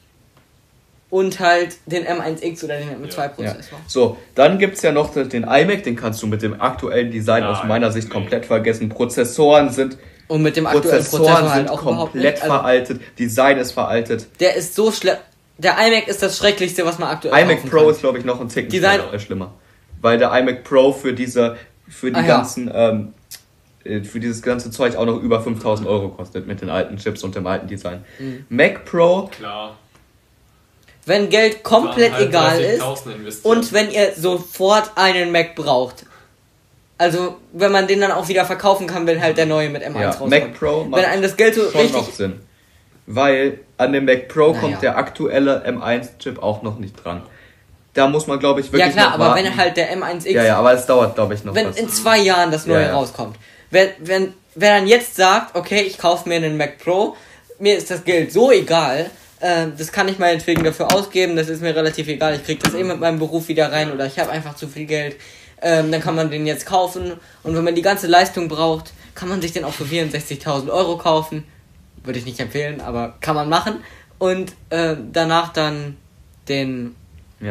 und halt den M eins X oder den M zwei Ja. ja. Prozessor. So, dann gibt's ja noch den iMac, den kannst du mit dem aktuellen Design Nein, aus meiner Sicht nee. komplett vergessen. Prozessoren sind, Und mit dem aktuellen Prozessoren Prozessor halt sind auch überhaupt komplett nicht. Also, veraltet, Design ist veraltet. der ist so schlimm. Der iMac ist das Schrecklichste, was man aktuell iMac kaufen Pro kann. ist, glaube ich, noch ein Ticken Design- schneller, äh, schlimmer. Weil der iMac Pro für diese, für die Ah, ja. ganzen, ähm, äh, für dieses ganze Zeug auch noch über fünftausend Euro kostet mit den alten Chips und dem alten Design. Mhm. Mac Pro, Klar. Wenn Geld komplett Dann halt egal ist dreißigtausend investieren. und wenn ihr sofort einen Mac braucht. Also, wenn man den dann auch wieder verkaufen kann, wenn halt der neue mit M eins ja, rauskommt. Mac Pro Wenn macht einem das Geld so schon richtig... noch Sinn. Weil an dem Mac Pro Naja. kommt der aktuelle M eins Chip auch noch nicht dran. Da muss man, glaube ich, Ja wirklich klar, noch aber warten. wenn halt der M eins X, Ja, ja, aber es dauert, glaube ich, noch wenn was. in zwei Jahren das neue Ja, ja. rauskommt, wer, wenn, wer dann jetzt sagt, okay, ich kaufe mir einen Mac Pro, mir ist das Geld so egal, äh, das kann ich meinetwegen dafür ausgeben, das ist mir relativ egal, ich krieg das eh mit meinem Beruf wieder rein oder ich habe einfach zu viel Geld, ähm, dann kann man den jetzt kaufen und wenn man die ganze Leistung braucht, kann man sich den auch für vierundsechzigtausend Euro kaufen, würde ich nicht empfehlen, aber kann man machen und äh, danach dann den Ja.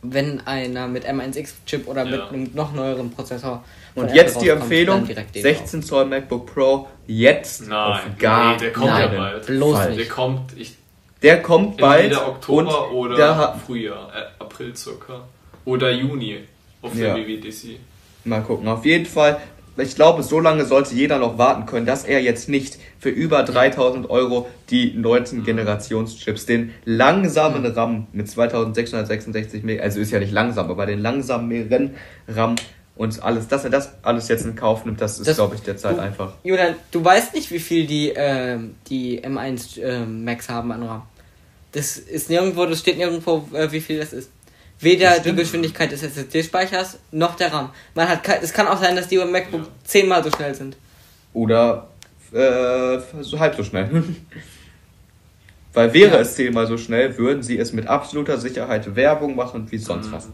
wenn einer mit M eins X Chip oder mit Ja. einem noch neueren Prozessor von Und Apple jetzt die rauskommt, Empfehlung, dann direkt den sechzehn Zoll MacBook Pro, jetzt Nein, auf gar nee, der kommt ja keinen bald. Bloß Fall. nicht. Der kommt, ich, Der kommt bald entweder Oktober und oder der hat, Frühjahr, äh, April circa. Oder Juni auf der Ja. W W D C. mal gucken, auf jeden Fall, ich glaube, so lange sollte jeder noch warten können, dass er jetzt nicht für über dreitausend Euro die neunten Generationschips, den langsamen RAM mit zweitausendsechshundertsechsundsechzig Meg, also ist ja nicht langsam, aber den langsameren RAM und alles, dass er das alles jetzt in Kauf nimmt, das ist, Das- glaube ich, derzeit du- einfach. Julian, du weißt nicht, wie viel die, ähm, die M eins ähm, Max haben an RAM. Das ist nirgendwo, das steht nirgendwo, äh, wie viel das ist. Weder Das die stimmt. Geschwindigkeit des S S D-Speichers noch der RAM. Man hat, ke- es kann auch sein, dass die beim MacBook Ja. zehnmal so schnell sind. Oder äh, so halb so schnell. Weil wäre Ja. es zehnmal so schnell, würden sie es mit absoluter Sicherheit Werbung machen wie sonst was.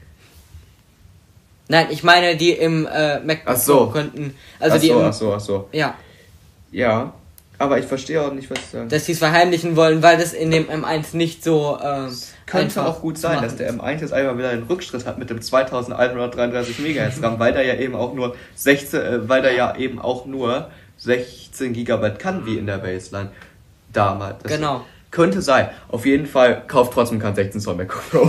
Nein, ich meine, die im äh, MacBook Ach so. Pro könnten. Also ach die so, im, ach so, ach so. Ja, Ja, aber ich verstehe auch nicht, was sie sagen. dass sie es verheimlichen wollen, weil das in dem M eins nicht so ähm, Könnte einfach auch gut zu sein, machen dass der ist. M eins jetzt einmal wieder einen Rückschritt hat mit dem zweitausendeinhundertdreiunddreißig Megahertz RAM, weil der ja eben auch nur sechzehn, äh, weil der ja eben auch nur sechzehn Gigabyte kann wie in der Baseline damals. Das Genau. Könnte sein. Auf jeden Fall kauft trotzdem kein sechzehn Zoll MacBook Pro.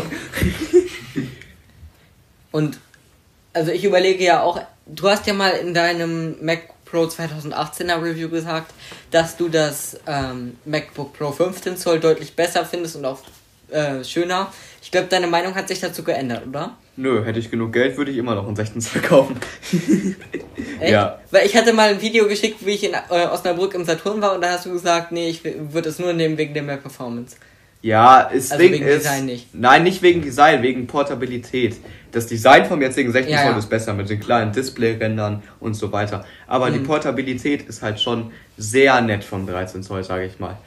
Und also ich überlege ja auch, du hast ja mal in deinem Mac Pro zweitausendachtzehner Review gesagt, dass du das ähm, MacBook Pro fünfzehn Zoll deutlich besser findest und auch äh, schöner. Ich glaube, deine Meinung hat sich dazu geändert, oder? Nö, hätte ich genug Geld, würde ich immer noch einen sechzehn Zoll kaufen. Echt? Ja. Weil ich hatte mal ein Video geschickt, wie ich in äh, Osnabrück im Saturn war und da hast du gesagt, nee, ich würde es nur nehmen wegen der mehr Performance. Ja, das Also Ding wegen ist, Design nicht. Nein, nicht wegen Design, wegen Portabilität. Das Design vom jetzigen sechzehn Ja, Zoll ja. ist besser mit den kleinen Displayrändern und so weiter. Aber die Mhm. Portabilität ist halt schon sehr nett vom dreizehn Zoll, sage ich mal.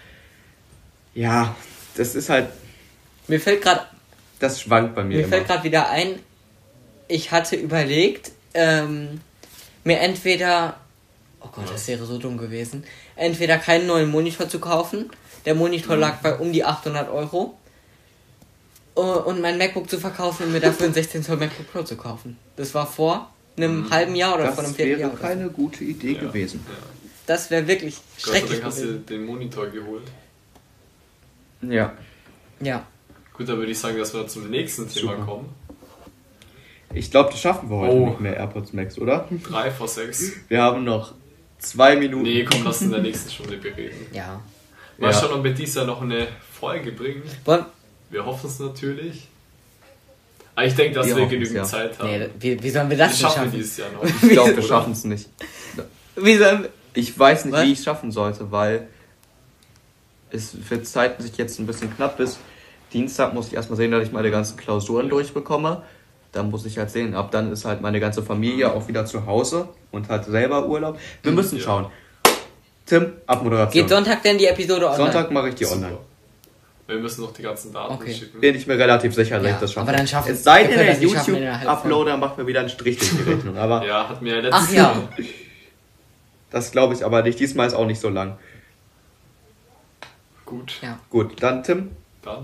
Ja, das ist halt, Mir fällt gerade das schwankt bei mir Mir immer. fällt gerade wieder ein, ich hatte überlegt, ähm, mir entweder, oh Gott, das wäre so dumm gewesen, entweder keinen neuen Monitor zu kaufen, der Monitor lag bei um die achthundert Euro, uh, und mein MacBook zu verkaufen und mir dafür ein sechzehn Zoll MacBook Pro zu kaufen. Das war vor einem halben Jahr oder vor einem das Vierteljahr. wäre oder so. keine gute Idee Ja. gewesen. Ja. Das wäre wirklich Gott sei schrecklich Dank hast du gewesen. den Monitor geholt. Ja. Ja. Gut, dann würde ich sagen, dass wir zum nächsten Thema Super. kommen. Ich glaube, das schaffen wir heute Oh. nicht mehr, AirPods Max, oder? drei vor sechs. Wir haben noch zwei Minuten. Nee, komm, lass in der nächsten Stunde bereden. Ja. Mal Ja. schauen, ob wir dies Jahr noch eine Folge bringen. Wollen, Wir hoffen es natürlich. Aber ich denke, dass Wir wir, hoffen's, genügend ja. Zeit haben. nee, wie, wie sollen wir wir das denn schaffen schaffen? dieses Jahr noch. Ich glaube, wir Oder? schaffen es nicht. Wie sollen wir, Ich weiß nicht, Was? wie ich es schaffen sollte, weil es für Zeiten sich jetzt ein bisschen knapp ist. Dienstag muss ich erstmal sehen, dass ich meine ganzen Klausuren durchbekomme. Dann muss ich halt sehen, ab dann ist halt meine ganze Familie auch wieder zu Hause und hat selber Urlaub. Wir müssen Ja. schauen. Tim, Abmoderation. geht Sonntag denn die Episode online? Sonntag mache ich die Super. online. Wir müssen noch die ganzen Daten Okay. schicken. Bin ich mir relativ sicher, dass Ja, ich das schaffe. aber dann schaffen- es sei wir denn, können der das nicht schaffen in einer halben YouTube-Uploader macht mir wieder einen Strich durch die Rechnung. Aber Ja, hat mir ja letztes Ach ja. Mal. das glaube ich aber nicht. Diesmal ist auch nicht so lang. Gut, Ja. Gut, dann Tim. dann.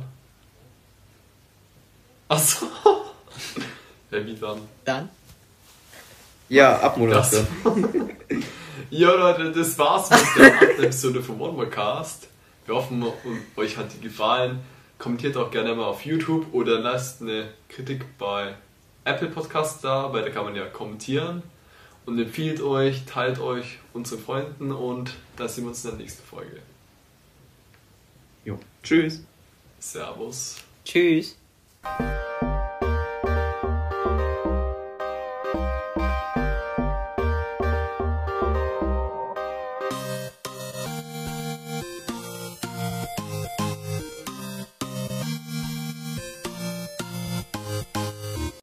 Achso. Ja, wie dann? Dann? Ja, Abmoderation. Ja, Leute, das war's mit der achten Episode vom One More Cast. Wir hoffen, euch hat die gefallen. Kommentiert auch gerne mal auf YouTube oder lasst eine Kritik bei Apple Podcasts da, weil da kann man ja kommentieren. Und empfiehlt euch, teilt euch unseren Freunden und dann sehen wir uns in der nächsten Folge. Jo. Tschüss. Servus. Tschüss.